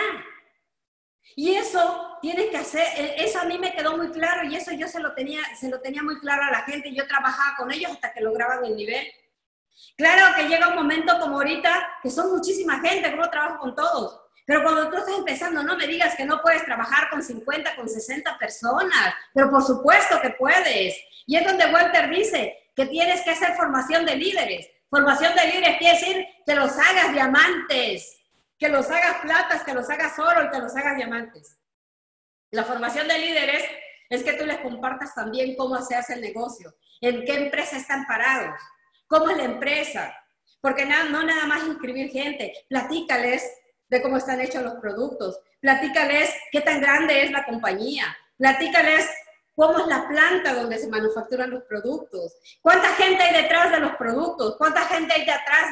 Y eso tienes que hacer, eso a mí me quedó muy claro y eso yo se lo tenía muy claro a la gente y yo trabajaba con ellos hasta que lograban el nivel. Claro que llega un momento como ahorita que son muchísima gente, como trabajo con todos. Pero cuando tú estás empezando, no me digas que no puedes trabajar con 50, con 60 personas. Pero por supuesto que puedes. Y es donde Walter dice que tienes que hacer formación de líderes. Formación de líderes quiere decir que los hagas diamantes, que los hagas platas, que los hagas oro y que los hagas diamantes. La formación de líderes es que tú les compartas también cómo se hace el negocio, en qué empresa están parados, cómo es la empresa. Porque no nada más inscribir gente, platícales de cómo están hechos los productos, platícales qué tan grande es la compañía, platícales cómo es la planta donde se manufacturan los productos, cuánta gente hay detrás de los productos, cuánta gente hay detrás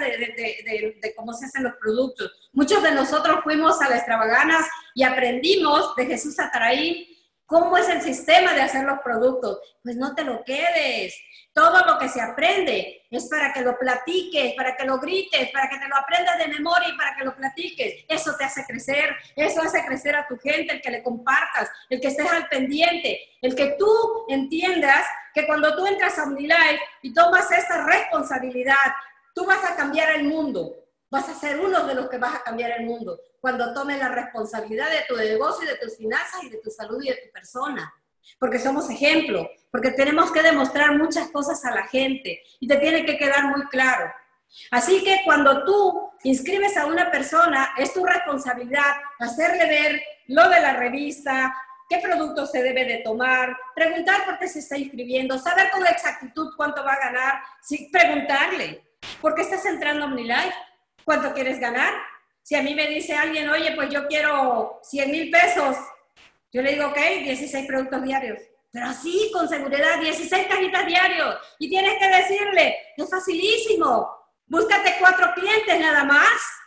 de cómo se hacen los productos. Muchos de nosotros fuimos a las extravaganas y aprendimos de Jesús Ataraí cómo es el sistema de hacer los productos. Pues no te lo quedes. Todo lo que se aprende es para que lo platiques, para que lo grites, para que te lo aprendas de memoria y para que lo platiques. Eso te hace crecer, eso hace crecer a tu gente, el que le compartas, el que estés al pendiente, el que tú entiendas que cuando tú entras a OmniLife y tomas esta responsabilidad, tú vas a cambiar el mundo. Vas a ser uno de los que vas a cambiar el mundo cuando tomes la responsabilidad de tu negocio, de tus finanzas y de tu salud y de tu persona. Porque somos ejemplo, porque tenemos que demostrar muchas cosas a la gente y te tiene que quedar muy claro. Así que cuando tú inscribes a una persona, es tu responsabilidad hacerle ver lo de la revista, qué producto se debe de tomar, preguntar por qué se está inscribiendo, saber con exactitud cuánto va a ganar, sí, preguntarle, ¿por qué estás entrando a OmniLife? ¿Cuánto quieres ganar? Si a mí me dice alguien, oye, pues yo quiero 100,000 pesos, yo le digo, ok, 16 productos diarios. Pero así, con seguridad, 16 cajitas diarios. Y tienes que decirle, es facilísimo. Búscate 4 clientes nada más,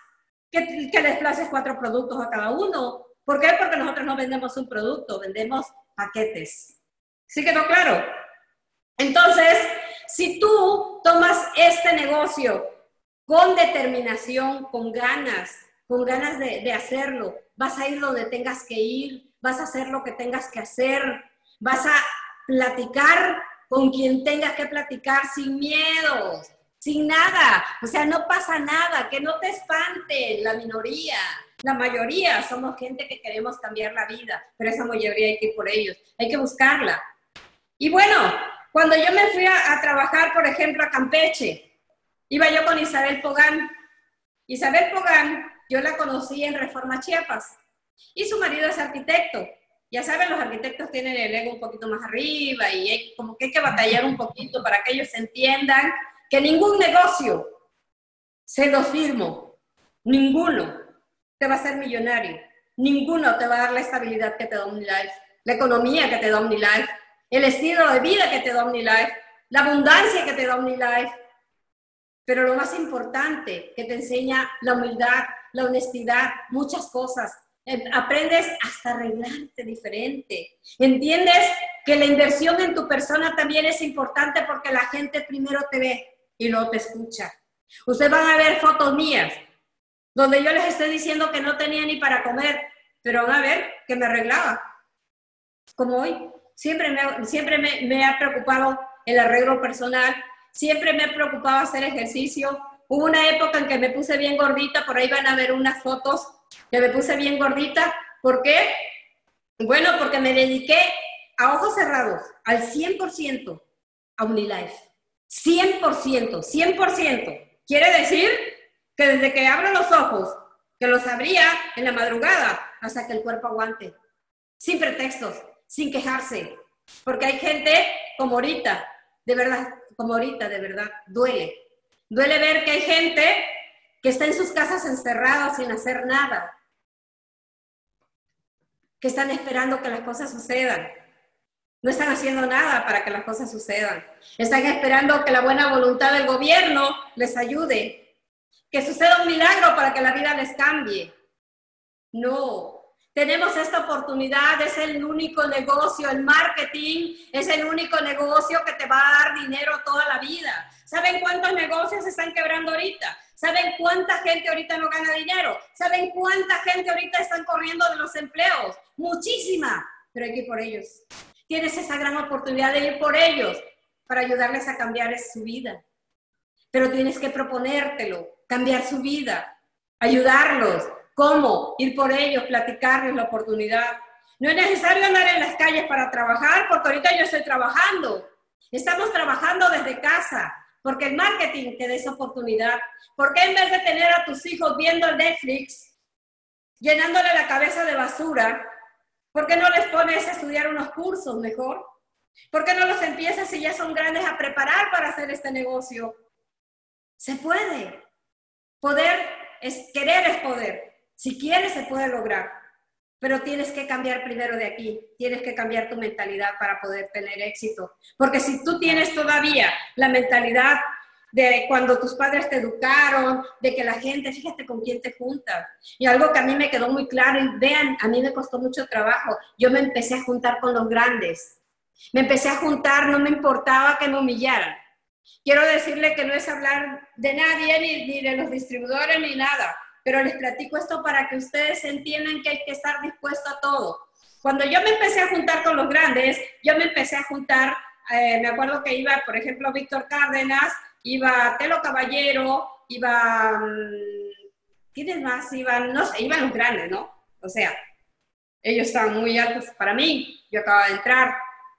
que les places 4 productos a cada uno. ¿Por qué? Porque nosotros no vendemos un producto, vendemos paquetes. ¿Sí quedó claro? Entonces, si tú tomas este negocio con determinación, con ganas de hacerlo, vas a ir donde tengas que ir, vas a hacer lo que tengas que hacer, vas a platicar con quien tengas que platicar sin miedos, sin nada. O sea, no pasa nada, que no te espante la minoría. La mayoría somos gente que queremos cambiar la vida, pero esa mayoría hay que ir por ellos, hay que buscarla. Y bueno, cuando yo me fui a trabajar, por ejemplo, a Campeche, Iba yo con Isabel Pogán. Isabel Pogán, yo la conocí en Reforma Chiapas. Y su marido es arquitecto. Ya saben, los arquitectos tienen el ego un poquito más arriba y como que hay que batallar un poquito para que ellos entiendan que ningún negocio, se lo firmo, ninguno te va a hacer millonario. Ninguno te va a dar la estabilidad que te da OmniLife, la economía que te da OmniLife, el estilo de vida que te da OmniLife, la abundancia que te da OmniLife. Pero lo más importante, que te enseña la humildad, la honestidad, muchas cosas. Aprendes hasta arreglarte diferente. Entiendes que la inversión en tu persona también es importante porque la gente primero te ve y luego te escucha. Ustedes van a ver fotos mías donde yo les estoy diciendo que no tenía ni para comer, pero van a ver que me arreglaba. Como hoy, siempre me ha preocupado el arreglo personal, siempre me ha preocupado hacer ejercicio. Hubo una época en que me puse bien gordita, por ahí van a ver unas fotos que me puse bien gordita. ¿Por qué? Bueno, porque me dediqué a ojos cerrados, al 100% a OmniLife. 100%, 100%. Quiere decir que desde que abro los ojos, que los abría en la madrugada, hasta que el cuerpo aguante. Sin pretextos, sin quejarse. Porque hay gente como ahorita, de verdad, duele. Duele ver que hay gente que está en sus casas encerradas sin hacer nada. Que están esperando que las cosas sucedan. No están haciendo nada para que las cosas sucedan. Están esperando que la buena voluntad del gobierno les ayude. Que suceda un milagro para que la vida les cambie. No. Tenemos esta oportunidad, es el único negocio, el marketing es el único negocio que te va a dar dinero toda la vida. ¿Saben cuántos negocios se están quebrando ahorita? ¿Saben cuánta gente ahorita no gana dinero? ¿Saben cuánta gente ahorita están corriendo de los empleos? Muchísima, pero hay que ir por ellos. Tienes esa gran oportunidad de ir por ellos para ayudarles a cambiar su vida. Pero tienes que proponértelo, cambiar su vida, ayudarlos. ¿Cómo? Ir por ellos, platicarles la oportunidad. No es necesario andar en las calles para trabajar, porque ahorita yo estoy trabajando. Estamos trabajando desde casa, porque el marketing te da esa oportunidad. ¿Por qué en vez de tener a tus hijos viendo Netflix, llenándole la cabeza de basura, por qué no les pones a estudiar unos cursos mejor? ¿Por qué no los empiezas, si ya son grandes, a preparar para hacer este negocio? Se puede. Querer es poder. Si quieres, se puede lograr, pero tienes que cambiar primero de aquí, tienes que cambiar tu mentalidad para poder tener éxito, porque si tú tienes todavía la mentalidad de cuando tus padres te educaron, de que la gente, fíjate con quién te juntas, y algo que a mí me quedó muy claro, y vean, a mí me costó mucho trabajo, yo me empecé a juntar con los grandes, me empecé a juntar, no me importaba que me humillaran. Quiero decirle que no es hablar de nadie, ni de los distribuidores, ni nada, pero les platico esto para que ustedes entiendan que hay que estar dispuesto a todo. Cuando yo me empecé a juntar con los grandes, yo me empecé a juntar, me acuerdo que iba, por ejemplo, Víctor Cárdenas, iba Telo Caballero, iba, ¿quiénes más? No sé, iban los grandes, ¿no? O sea, ellos estaban muy altos para mí, yo acababa de entrar.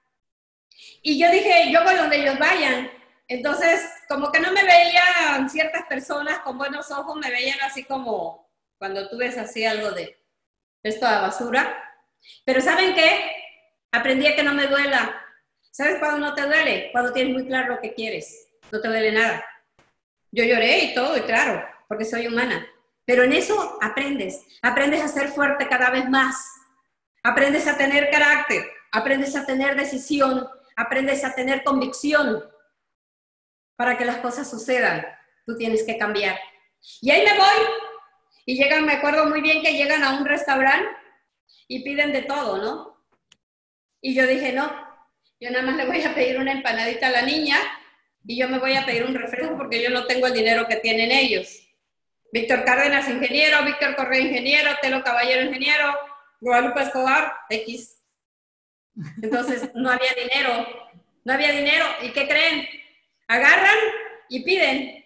Y yo dije, yo voy donde ellos vayan. Entonces, como que no me veían ciertas personas con buenos ojos, me veían así como cuando tú ves así algo de esto de basura. Pero ¿saben qué? Aprendí a que no me duela. ¿Sabes cuándo no te duele? Cuando tienes muy claro lo que quieres. No te duele nada. Yo lloré y todo, y claro, porque soy humana. Pero en eso aprendes. Aprendes a ser fuerte cada vez más. Aprendes a tener carácter. Aprendes a tener decisión. Aprendes a tener convicción. Para que las cosas sucedan, tú tienes que cambiar. Y ahí me voy. Y llegan, me acuerdo muy bien que llegan a un restaurante y piden de todo, ¿no? Y yo dije, no, yo nada más le voy a pedir una empanadita a la niña y yo me voy a pedir un refresco porque yo no tengo el dinero que tienen ellos. Víctor Cárdenas, ingeniero, Víctor Correa, ingeniero, Telo Caballero, ingeniero, Guadalupe Escobar, X. Entonces, no había dinero. No había dinero. ¿Y qué creen? Agarran y piden.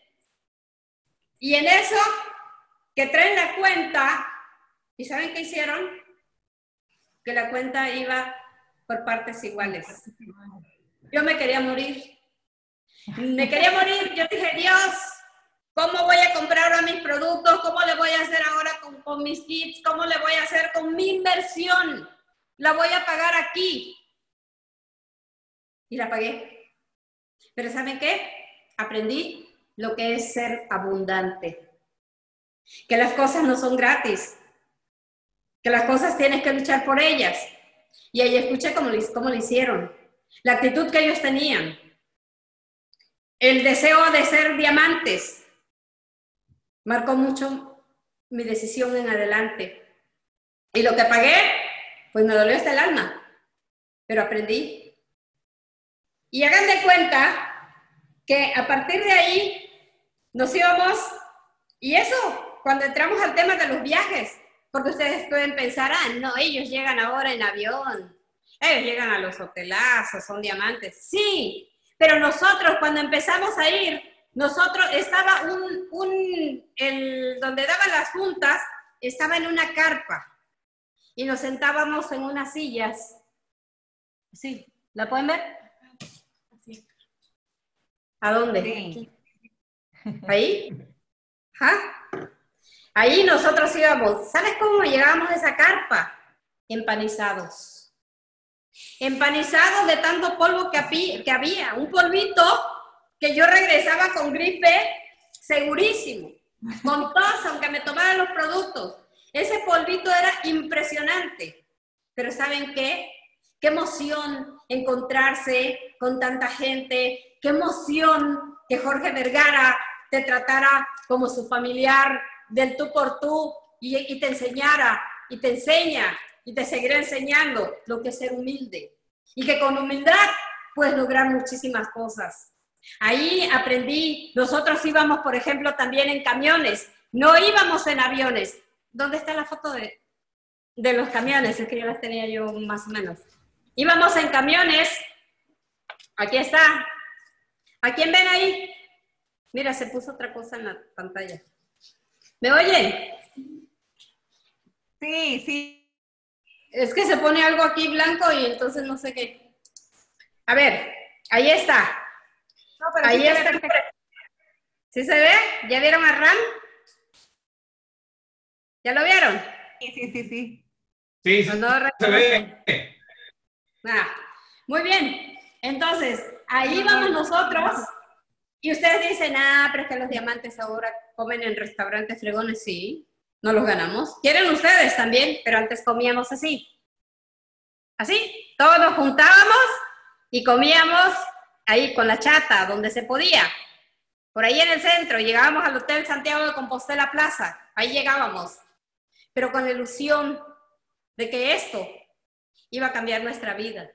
Y en eso, que traen la cuenta, ¿y saben qué hicieron? Que la cuenta iba por partes iguales. Yo me quería morir. Me quería morir. Yo dije, Dios, ¿Cómo voy a comprar ahora mis productos? ¿Cómo le voy a hacer ahora con mis kits? ¿Cómo le voy a hacer con mi inversión? La voy a pagar aquí. Y la pagué. Pero ¿saben qué? Aprendí lo que es ser abundante. Que las cosas no son gratis. Que las cosas tienes que luchar por ellas. Y ahí escuché cómo lo hicieron. La actitud que ellos tenían. El deseo de ser diamantes. Marcó mucho mi decisión en adelante. Y lo que pagué, pues me dolió hasta el alma. Pero aprendí. Y hagan de cuenta que a partir de ahí nos íbamos, y eso, cuando entramos al tema de los viajes, porque ustedes pueden pensar, no, ellos llegan ahora en avión, ellos llegan a los hotelazos, son diamantes. Sí, pero nosotros cuando empezamos a ir, nosotros estaba donde daban las juntas, estaba en una carpa, y nos sentábamos en unas sillas. Sí, ¿la pueden ver? ¿A dónde? Sí. ¿Ahí? ¿Ah? Ahí nosotros íbamos. ¿Sabes cómo llegábamos a esa carpa? Empanizados. Empanizados de tanto polvo que había. Un polvito que yo regresaba con gripe segurísimo. Con tos, aunque me tomaran los productos. Ese polvito era impresionante. Pero ¿saben qué? Qué emoción encontrarse con tanta gente. Qué emoción que Jorge Vergara te tratara como su familiar del tú por tú y te enseñara y te enseña y te seguirá enseñando lo que es ser humilde. Y que con humildad puedes lograr muchísimas cosas. Ahí aprendí, nosotros íbamos, por ejemplo, también en camiones, no íbamos en aviones. ¿Dónde está la foto de los camiones? Es que yo las tenía yo más o menos. Íbamos en camiones, aquí está. ¿A quién ven ahí? Mira, se puso otra cosa en la pantalla. ¿Me oyen? Sí, sí. Es que se pone algo aquí blanco y entonces no sé qué. A ver, ahí está. No, pero ahí sí se está. ve perfecto. ¿Sí se ve? ¿Ya vieron a Ram? ¿Ya lo vieron? Sí, sí, sí, sí. Sí, ¿O no se ve. Muy bien. Entonces, ahí vamos nosotros. Y ustedes dicen, pero es que los diamantes ahora comen en restaurantes fregones. Sí, no los ganamos. Quieren ustedes también, pero antes comíamos así. Así, todos nos juntábamos y comíamos ahí con la chata, donde se podía. Por ahí en el centro, llegábamos al Hotel Santiago de Compostela Plaza. Ahí llegábamos. Pero con la ilusión de que esto iba a cambiar nuestra vida.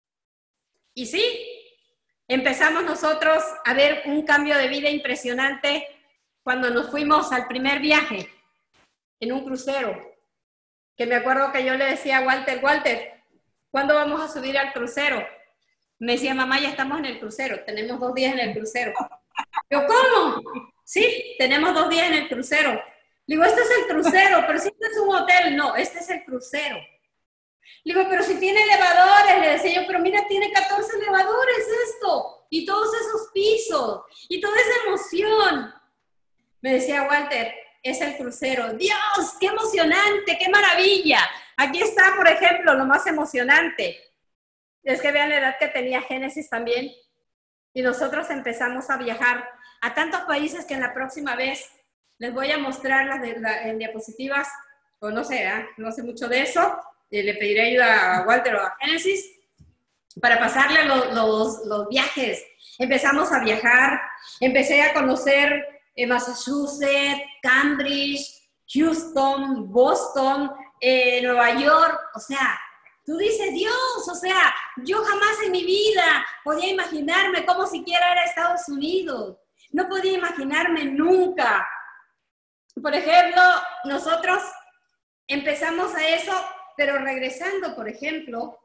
Y sí, empezamos nosotros a ver un cambio de vida impresionante cuando nos fuimos al primer viaje en un crucero. Que me acuerdo que yo le decía a Walter, ¿cuándo vamos a subir al crucero? Me decía, mamá, ya estamos en el crucero, tenemos 2 días en el crucero. Yo, ¿cómo? Sí, tenemos 2 días en el crucero. Le digo, este es el crucero, pero si este es un hotel. No, este es el crucero. Le digo, pero si tiene elevadores, le decía yo, pero mira, tiene 14 elevadores esto, y todos esos pisos, y toda esa emoción. Me decía Walter, es el crucero. Dios, qué emocionante, qué maravilla. Aquí está, por ejemplo, lo más emocionante. Es que vean la edad que tenía Génesis también. Y nosotros empezamos a viajar a tantos países que en la próxima vez les voy a mostrar en diapositivas, o no sé, no sé mucho de eso. Le pediré ayuda a Walter o a Génesis para pasarle los viajes. Empezamos a viajar, empecé a conocer Massachusetts, Cambridge, Houston, Boston, Nueva York. O sea, tú dices, Dios, o sea, yo jamás en mi vida podía imaginarme cómo siquiera era Estados Unidos. No podía imaginarme nunca. Por ejemplo, nosotros empezamos a eso, pero regresando, por ejemplo,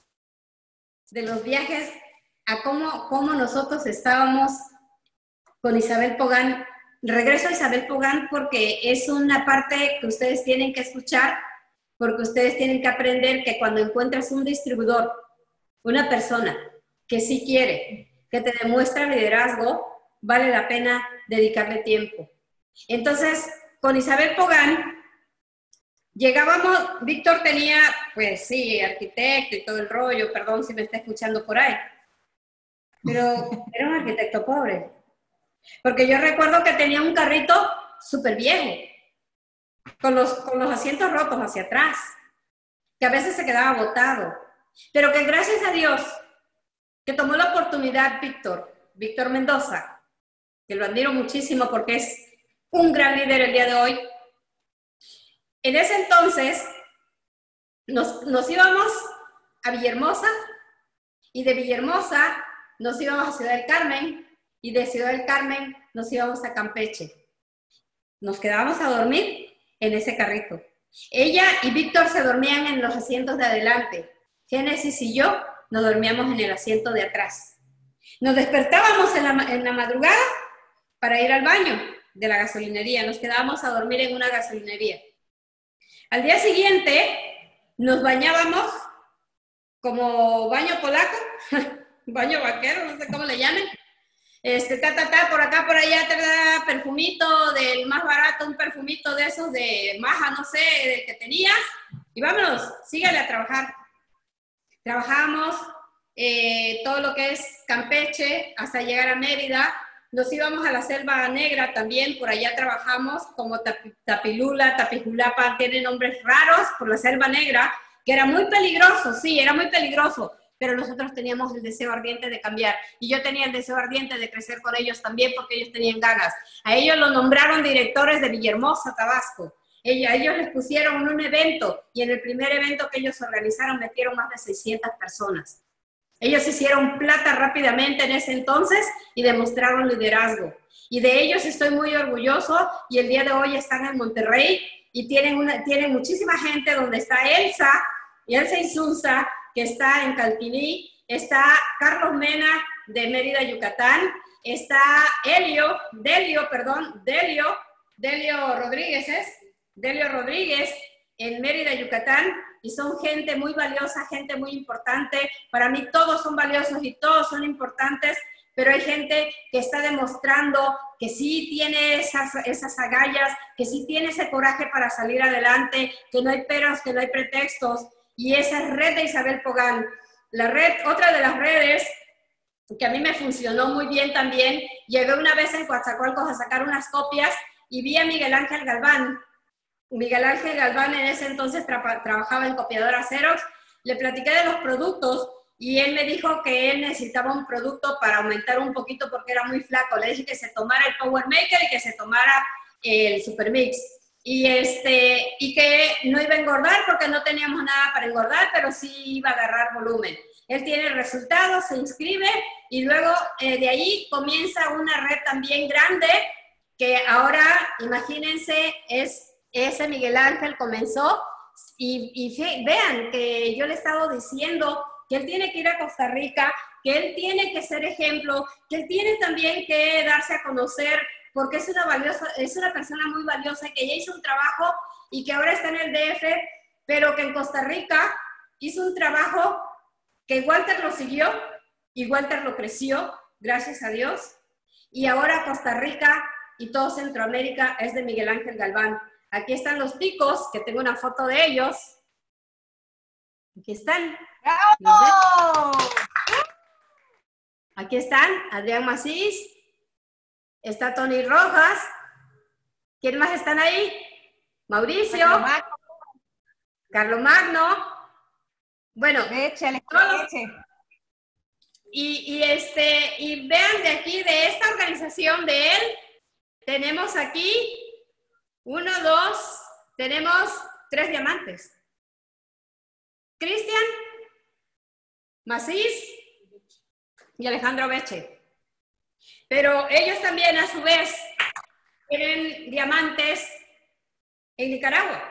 de los viajes a cómo nosotros estábamos con Isabel Pogán. Regreso a Isabel Pogán porque es una parte que ustedes tienen que escuchar, porque ustedes tienen que aprender que cuando encuentras un distribuidor, una persona que sí quiere, que te demuestra liderazgo, vale la pena dedicarle tiempo. Entonces, con Isabel Pogán, llegábamos, Víctor tenía, pues sí, arquitecto y todo el rollo, perdón si me está escuchando por ahí, pero era un arquitecto pobre, porque yo recuerdo que tenía un carrito súper viejo, con los asientos rotos hacia atrás, que a veces se quedaba botado, pero que gracias a Dios, que tomó la oportunidad Víctor Mendoza, que lo admiro muchísimo porque es un gran líder el día de hoy. En ese entonces nos íbamos a Villahermosa y de Villahermosa nos íbamos a Ciudad del Carmen y de Ciudad del Carmen nos íbamos a Campeche. Nos quedábamos a dormir en ese carrito. Ella y Víctor se dormían en los asientos de adelante. Génesis y yo nos dormíamos en el asiento de atrás. Nos despertábamos en la madrugada para ir al baño de la gasolinería. Nos quedábamos a dormir en una gasolinería. Al día siguiente nos bañábamos como baño polaco, baño vaquero, no sé cómo le llamen. Por acá, por allá, perfumito del más barato, un perfumito de esos de maja, no sé, del que tenías. Y vámonos, sígale a trabajar. Trabajamos todo lo que es Campeche hasta llegar a Mérida. Nos íbamos a la Selva Negra también, por allá trabajamos como Tapilula, Tapijulapa, tiene nombres raros por la Selva Negra, que era muy peligroso, sí, era muy peligroso, pero nosotros teníamos el deseo ardiente de cambiar, y yo tenía el deseo ardiente de crecer con ellos también porque ellos tenían ganas. A ellos los nombraron directores de Villahermosa, Tabasco. A ellos les pusieron un evento, y en el primer evento que ellos organizaron metieron más de 600 personas. Ellos hicieron plata rápidamente en ese entonces y demostraron liderazgo. Y de ellos estoy muy orgulloso, y el día de hoy están en Monterrey y tienen muchísima gente, donde está Elsa Insunza, que está en Calquiní, está Carlos Mena de Mérida, Yucatán, está Delio Rodríguez en Mérida, Yucatán, y son gente muy valiosa, gente muy importante. Para mí todos son valiosos y todos son importantes, pero hay gente que está demostrando que sí tiene esas agallas, que sí tiene ese coraje para salir adelante, que no hay peros, que no hay pretextos, y esa es Red de Isabel Pogán. La red, otra de las redes que a mí me funcionó muy bien también, llegué una vez en Coatzacoalcos a sacar unas copias y vi a Miguel Ángel Galván. Miguel Ángel Galván en ese entonces trabajaba en copiadora Xerox. Le platiqué de los productos y él me dijo que él necesitaba un producto para aumentar un poquito porque era muy flaco. Le dije que se tomara el Power Maker y que se tomara el Supermix. Y que no iba a engordar porque no teníamos nada para engordar, pero sí iba a agarrar volumen. Él tiene resultados, se inscribe y luego de ahí comienza una red también grande que ahora, imagínense, ese Miguel Ángel comenzó y vean que yo le he estado diciendo que él tiene que ir a Costa Rica, que él tiene que ser ejemplo, que él tiene también que darse a conocer porque es una persona muy valiosa que ya hizo un trabajo y que ahora está en el DF, pero que en Costa Rica hizo un trabajo que Walter lo siguió y Walter lo creció, gracias a Dios, y ahora Costa Rica y todo Centroamérica es de Miguel Ángel Galván. Aquí están los ticos, que tengo una foto de ellos. Aquí están. ¡Bravo! Aquí están, Adrián Macís, está Tony Rojas. ¿Quién más están ahí? Mauricio. Carlos Magno. Bueno, Leche. Y vean de aquí, de esta organización de él, tenemos aquí 1, 2, tenemos 3 diamantes. Cristian, Macís y Alejandro Beche. Pero ellos también, a su vez, tienen diamantes en Nicaragua,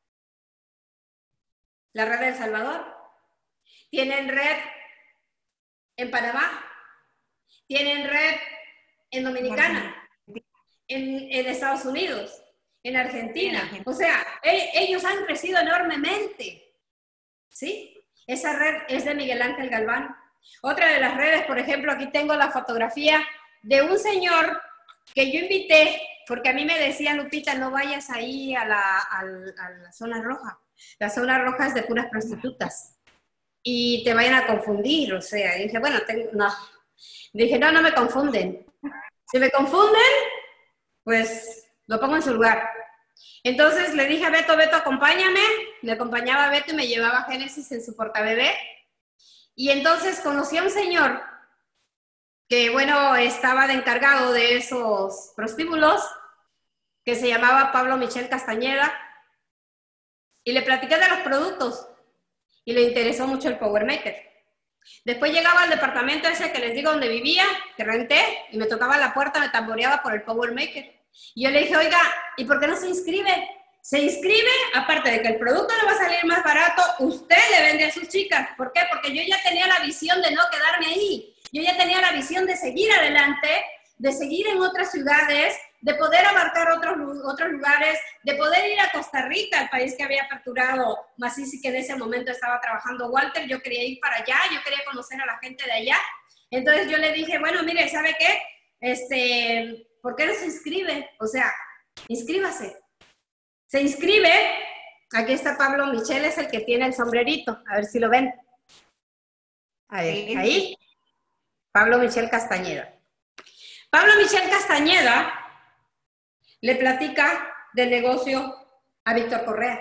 la red de El Salvador. Tienen red en Panamá. Tienen red en Dominicana, en Estados Unidos, en Argentina. O sea, ellos han crecido enormemente. ¿Sí? Esa red es de Miguel Ángel Galván. Otra de las redes, por ejemplo, aquí tengo la fotografía de un señor que yo invité, porque a mí me decían, Lupita, no vayas ahí a la zona roja. La zona roja es de puras prostitutas. Y te vayan a confundir, o sea. Y dije, bueno, no. Dije, no, no me confunden. Si me confunden, pues lo pongo en su lugar. Entonces le dije a Beto, Beto, acompáñame. Me acompañaba Beto y me llevaba a Génesis en su portabebé. Y entonces conocí a un señor que, bueno, estaba de encargado de esos prostíbulos, que se llamaba Pablo Michel Castañeda, y le platiqué de los productos, y le interesó mucho el Power Maker. Después llegaba al departamento ese que les digo donde vivía, que renté, y me tocaba la puerta, me tamboreaba por el Power Maker. Y yo le dije, oiga, ¿y por qué no se inscribe? Se inscribe, aparte de que el producto le va a salir más barato, usted le vende a sus chicas. ¿Por qué? Porque yo ya tenía la visión de no quedarme ahí. Yo ya tenía la visión de seguir adelante, de seguir en otras ciudades, de poder abarcar otros lugares, de poder ir a Costa Rica, el país que había aperturado Macizi, que en ese momento estaba trabajando Walter. Yo quería ir para allá, yo quería conocer a la gente de allá. Entonces yo le dije, bueno, mire, ¿sabe qué? ¿Por qué no se inscribe? O sea, inscríbase. Se inscribe. Aquí está Pablo Michel, es el que tiene el sombrerito. A ver si lo ven. A ver, ahí. Pablo Michel Castañeda. Pablo Michel Castañeda le platica del negocio a Víctor Correa.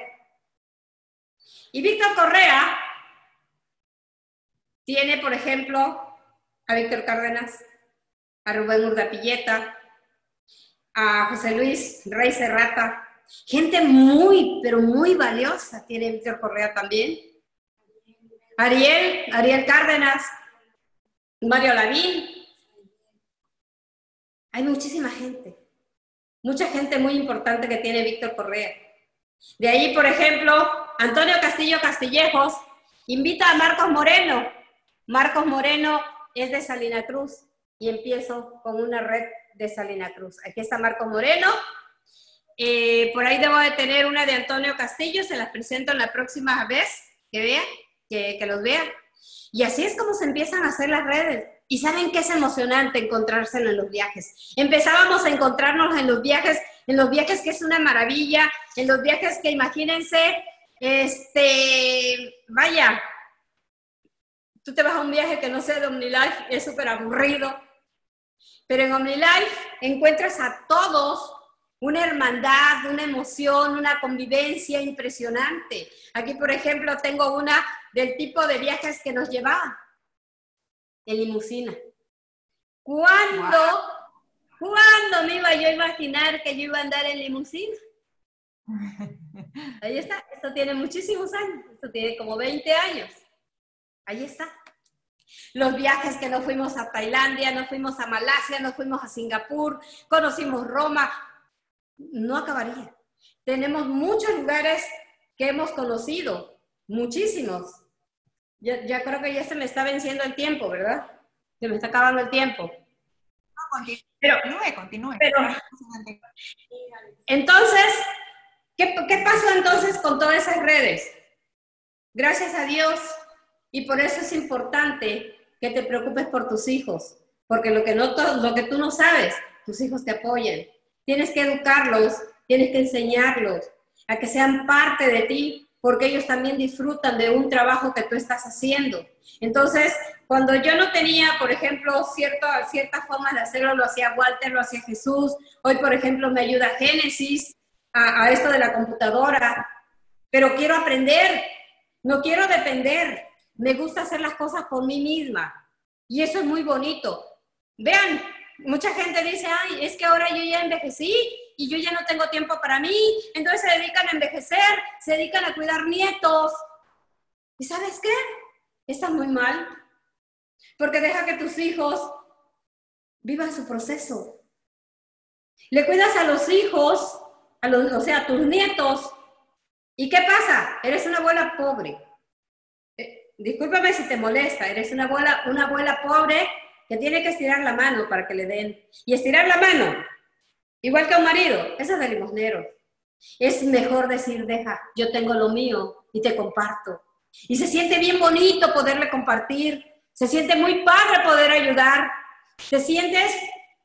Y Víctor Correa tiene, por ejemplo, a Víctor Cárdenas, a Rubén Urdapilleta, a José Luis Rey Serrata. Gente muy, pero muy valiosa tiene Víctor Correa también. Ariel Cárdenas, Mario Lavín. Hay muchísima gente. Mucha gente muy importante que tiene Víctor Correa. De ahí, por ejemplo, Antonio Castillo Castillejos invita a Marcos Moreno. Marcos Moreno es de Salina Cruz y empiezo con una red de Salina Cruz. Aquí está Marcos Moreno. Por ahí debo de tener una de Antonio Castillo, se las presento la próxima vez que vea, que los vea. Y así es como se empiezan a hacer las redes. Y ¿saben qué es emocionante encontrárselo en los viajes? Empezábamos a encontrarnos en los viajes que es una maravilla, en los viajes que imagínense, vaya, tú te vas a un viaje que no sea de OmniLife, es súper aburrido, pero en OmniLife encuentras a todos una hermandad, una emoción, una convivencia impresionante. Aquí, por ejemplo, tengo una del tipo de viajes que nos llevaban. En limusina. ¿Cuándo me iba yo a imaginar que yo iba a andar en limusina? Ahí está, esto tiene muchísimos años, esto tiene como 20 años. Ahí está. Los viajes que nos fuimos a Tailandia, nos fuimos a Malasia, nos fuimos a Singapur, conocimos Roma, no acabaría. Tenemos muchos lugares que hemos conocido, muchísimos. Ya creo que ya se me está venciendo el tiempo, ¿verdad? Se me está acabando el tiempo. No, continúe. Entonces, ¿qué pasó entonces con todas esas redes? Gracias a Dios, y por eso es importante que te preocupes por tus hijos, porque lo que tú no sabes, tus hijos te apoyan. Tienes que educarlos, tienes que enseñarlos a que sean parte de ti, porque ellos también disfrutan de un trabajo que tú estás haciendo. Entonces, cuando yo no tenía, por ejemplo, ciertas formas de hacerlo, lo hacía Walter, lo hacía Jesús. Hoy, por ejemplo, me ayuda Génesis a esto de la computadora. Pero quiero aprender, no quiero depender. Me gusta hacer las cosas por mí misma. Y eso es muy bonito. Vean, mucha gente dice, ay, es que ahora yo ya envejecí y yo ya no tengo tiempo para mí, entonces se dedican a envejecer, se dedican a cuidar nietos. ¿Y sabes qué? Estás muy mal, porque deja que tus hijos vivan su proceso. Le cuidas a los hijos, o sea, a tus nietos, ¿y qué pasa? Eres una abuela pobre. Discúlpame si te molesta, eres una abuela pobre que tiene que estirar la mano para que le den. Y estirar la mano, igual que a un marido, eso es de limosnero. Es mejor decir, deja, yo tengo lo mío y te comparto. Y se siente bien bonito poderle compartir, se siente muy padre poder ayudar, te sientes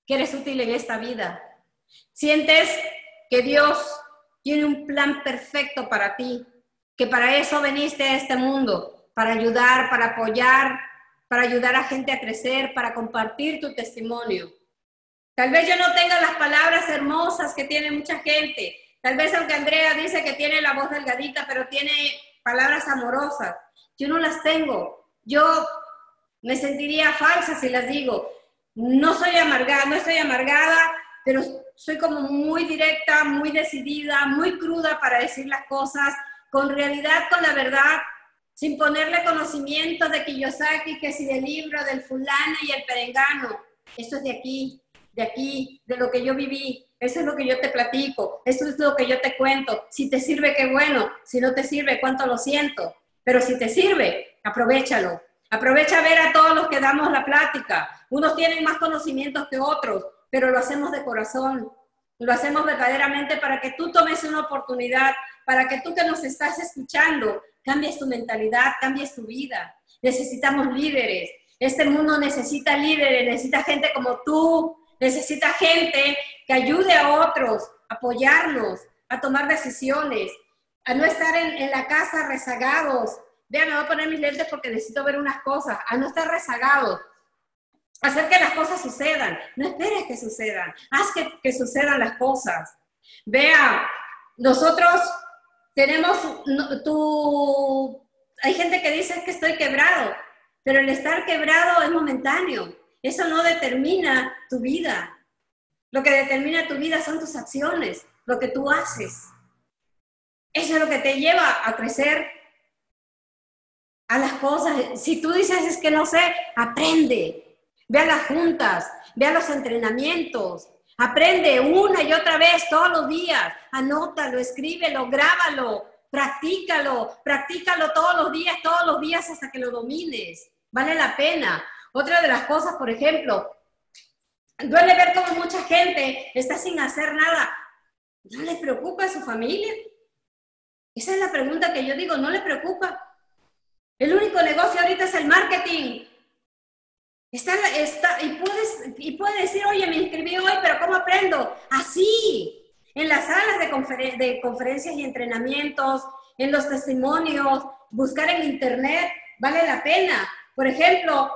que eres útil en esta vida. Sientes que Dios tiene un plan perfecto para ti, que para eso viniste a este mundo, para ayudar, para apoyar, para ayudar a gente a crecer, para compartir tu testimonio. Tal vez yo no tenga las palabras hermosas que tiene mucha gente. Tal vez aunque Andrea dice que tiene la voz delgadita, pero tiene palabras amorosas. Yo no las tengo. Yo me sentiría falsa si las digo. No soy amargada, no estoy amargada, pero soy como muy directa, muy decidida, muy cruda para decir las cosas, con realidad, con la verdad, sin ponerle conocimiento de Kiyosaki, que si del libro, del fulano y el perengano. Esto es de aquí, de lo que yo viví. Eso es lo que yo te platico, eso es lo que yo te cuento. Si te sirve, qué bueno. Si no te sirve, cuánto lo siento. Pero si te sirve, aprovéchalo. Aprovecha a ver a todos los que damos la plática. Unos tienen más conocimientos que otros, pero lo hacemos de corazón. Lo hacemos verdaderamente para que tú tomes una oportunidad, para que tú que nos estás escuchando, cambies tu mentalidad, cambies tu vida. Necesitamos líderes. Este mundo necesita líderes, necesita gente como tú, necesita gente que ayude a otros, a apoyarnos, a tomar decisiones, a no estar en la casa rezagados. Vean, me voy a poner mis lentes porque necesito ver unas cosas, a no estar rezagados. Hacer que las cosas sucedan. No esperes que sucedan. Haz que sucedan las cosas. Vea, nosotros tenemos, hay gente que dice que estoy quebrado, pero el estar quebrado es momentáneo. Eso no determina tu vida. Lo que determina tu vida son tus acciones, lo que tú haces. Eso es lo que te lleva a crecer a las cosas. Si tú dices, es que no sé, aprende. Ve a las juntas, ve a los entrenamientos, aprende una y otra vez todos los días, anótalo, escríbelo, grábalo, practícalo todos los días hasta que lo domines. Vale la pena. Otra de las cosas, por ejemplo, duele ver cómo mucha gente está sin hacer nada. ¿No le preocupa a su familia? Esa es la pregunta que yo digo, ¿no le preocupa? El único negocio ahorita es el marketing. Y puede decir, oye, me inscribí hoy, pero ¿cómo aprendo? Así, en las salas de conferencias y entrenamientos, en los testimonios, buscar en internet, vale la pena. Por ejemplo,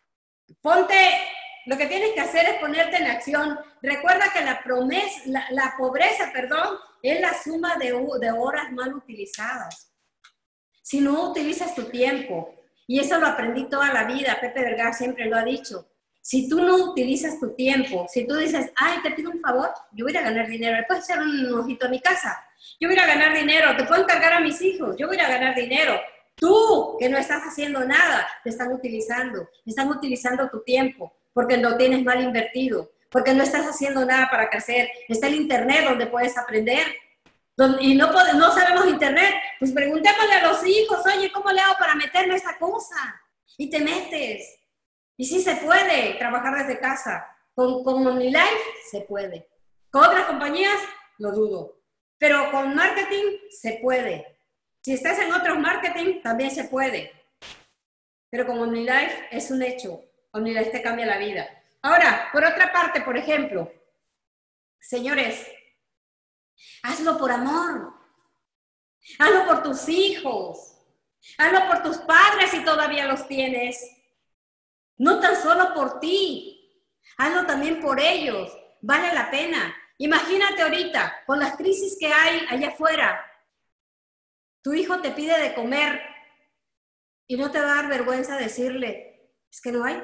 lo que tienes que hacer es ponerte en acción. Recuerda que la pobreza, es la suma de horas mal utilizadas. Si no utilizas tu tiempo, y eso lo aprendí toda la vida, Pepe Vergara siempre lo ha dicho, si tú no utilizas tu tiempo, si tú dices, ay, te pido un favor, yo voy a ir a ganar dinero, ¿le puedes echar un ojito a mi casa? Yo voy a ir a ganar dinero, te puedo encargar a mis hijos, yo voy a ir a ganar dinero. Tú, que no estás haciendo nada, están utilizando tu tiempo, porque lo tienes mal invertido, porque no estás haciendo nada para crecer. Está el internet donde puedes aprender. Y no sabemos internet, pues preguntémosle a los hijos, oye, ¿cómo le hago para meterme a esta cosa? Y te metes. Y sí se puede trabajar desde casa. Con OmniLife se puede. Con otras compañías, lo dudo. Pero con marketing se puede. Si estás en otros marketing, también se puede. Pero con OmniLife es un hecho. OmniLife te cambia la vida. Ahora, por otra parte, por ejemplo, señores, hazlo por amor. Hazlo por tus hijos. Hazlo por tus padres si todavía los tienes. No tan solo por ti. Hazlo también por ellos. Vale la pena. Imagínate ahorita, con las crisis que hay allá afuera, tu hijo te pide de comer y no te va a dar vergüenza decirle, es que no hay.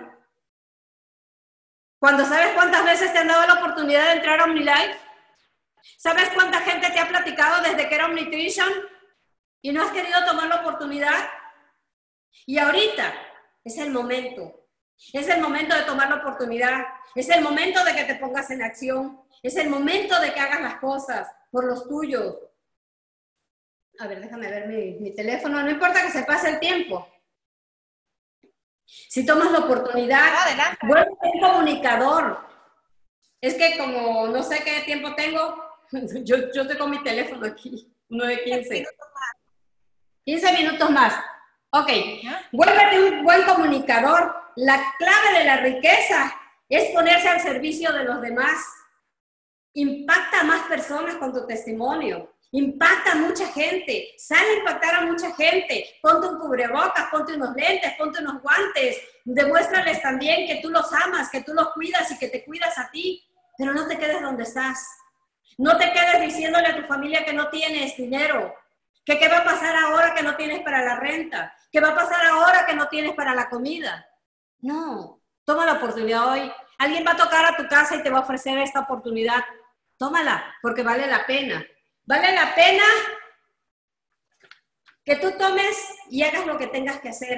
Cuando sabes cuántas veces te han dado la oportunidad de entrar a OmniLife, ¿sabes cuánta gente te ha platicado desde que era OmniTuition y no has querido tomar la oportunidad? Y ahorita es el momento. Es el momento de tomar la oportunidad. Es el momento de que te pongas en acción. Es el momento de que hagas las cosas por los tuyos. A ver, déjame ver mi teléfono. No importa que se pase el tiempo. Si tomas la oportunidad, vuelve un comunicador. Es que como no sé qué tiempo tengo, yo estoy con mi teléfono aquí, 9:15. 15 minutos más. Ok, vuélvete un buen comunicador. La clave de la riqueza es ponerse al servicio de los demás. Impacta a más personas con tu testimonio. Impacta a mucha gente. Sale a impactar a mucha gente. Ponte un cubrebocas, ponte unos lentes, ponte unos guantes. Demuéstrales también que tú los amas, que tú los cuidas y que te cuidas a ti. Pero no te quedes donde estás. No te quedes diciéndole a tu familia que no tienes dinero. Que qué va a pasar ahora que no tienes para la renta. ¿Qué va a pasar ahora que no tienes para la comida? No. Toma la oportunidad hoy. Alguien va a tocar a tu casa y te va a ofrecer esta oportunidad. Tómala, porque vale la pena. Vale la pena que tú tomes y hagas lo que tengas que hacer.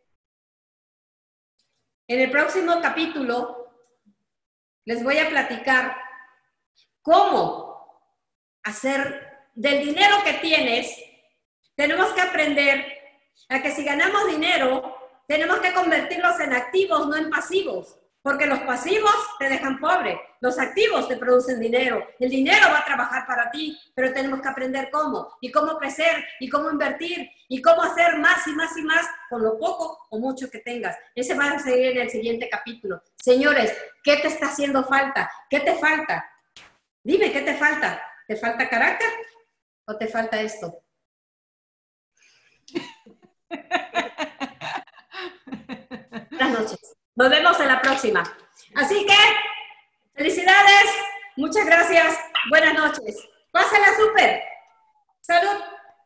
En el próximo capítulo les voy a platicar cómo hacer del dinero que tienes. Tenemos que aprender a que si ganamos dinero, tenemos que convertirlos en activos, no en pasivos. Porque los pasivos te dejan pobre, los activos te producen dinero. El dinero va a trabajar para ti, pero tenemos que aprender cómo, y cómo crecer, y cómo invertir, y cómo hacer más y más y más con lo poco o mucho que tengas. Ese va a seguir en el siguiente capítulo. Señores, ¿qué te está haciendo falta? ¿Qué te falta? Dime, ¿qué te falta? ¿Te falta carácter o te falta esto? Buenas noches. Nos vemos en la próxima. Así que, felicidades, muchas gracias, buenas noches. Pásenla súper. Salud.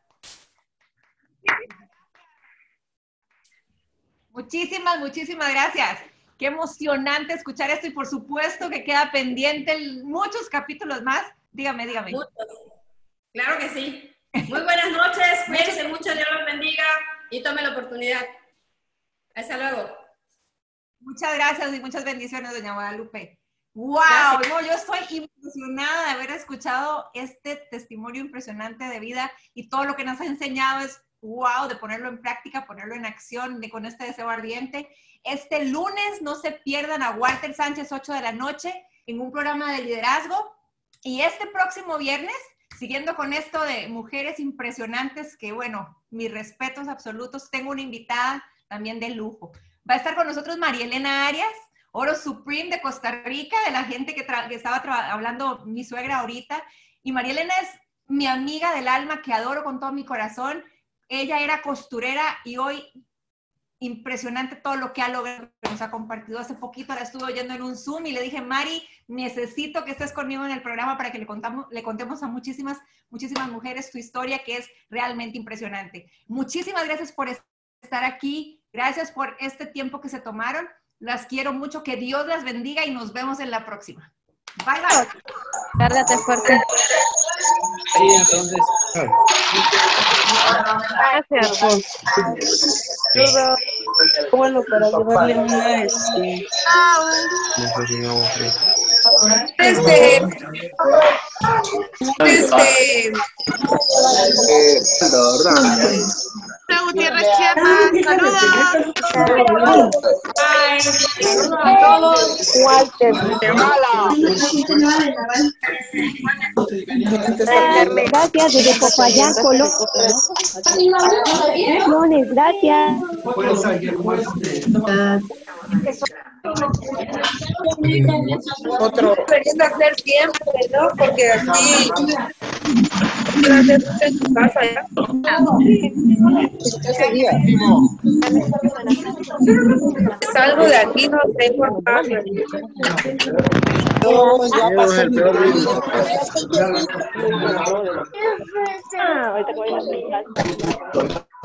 Muchísimas gracias. Qué emocionante escuchar esto y por supuesto que queda pendiente muchos capítulos más. Dígame. Muchos. Claro que sí. Muy buenas noches, cuídense mucho, Dios los bendiga y tome la oportunidad. Hasta luego. Muchas gracias y muchas bendiciones, doña Guadalupe. ¡Wow! No, yo estoy impresionada de haber escuchado este testimonio impresionante de vida y todo lo que nos ha enseñado es wow, de ponerlo en práctica, ponerlo en acción, con este deseo ardiente. Este lunes no se pierdan a Walter Sánchez, 8 de la noche, en un programa de liderazgo. Y este próximo viernes, siguiendo con esto de mujeres impresionantes, que bueno, mis respetos absolutos, tengo una invitada también de lujo. Va a estar con nosotros María Elena Arias, Oro Supreme de Costa Rica, de la gente que estaba hablando mi suegra ahorita. Y María Elena es mi amiga del alma que adoro con todo mi corazón. Ella era costurera y hoy impresionante todo lo que ha logrado, que nos ha compartido. Hace poquito la estuve oyendo en un Zoom y le dije, Mari, necesito que estés conmigo en el programa para que le contemos a muchísimas mujeres tu historia, que es realmente impresionante. Muchísimas gracias por estar aquí. Gracias por este tiempo que se tomaron. Las quiero mucho. Que Dios las bendiga y nos vemos en la próxima. Bye, bye. Cárgate fuerte. Sí, entonces. Gracias. Saludos. Bueno, para llevarle una Gutiérrez Chiapas, saludos. Walter. Gracias desde Popayán, Colombia. Gracias. Otro. Deberían hacer siempre, ¿no? Porque así en tu casa ya. Salgo de aquí, no tengo espacio. No, ya pasó el Ahorita voy a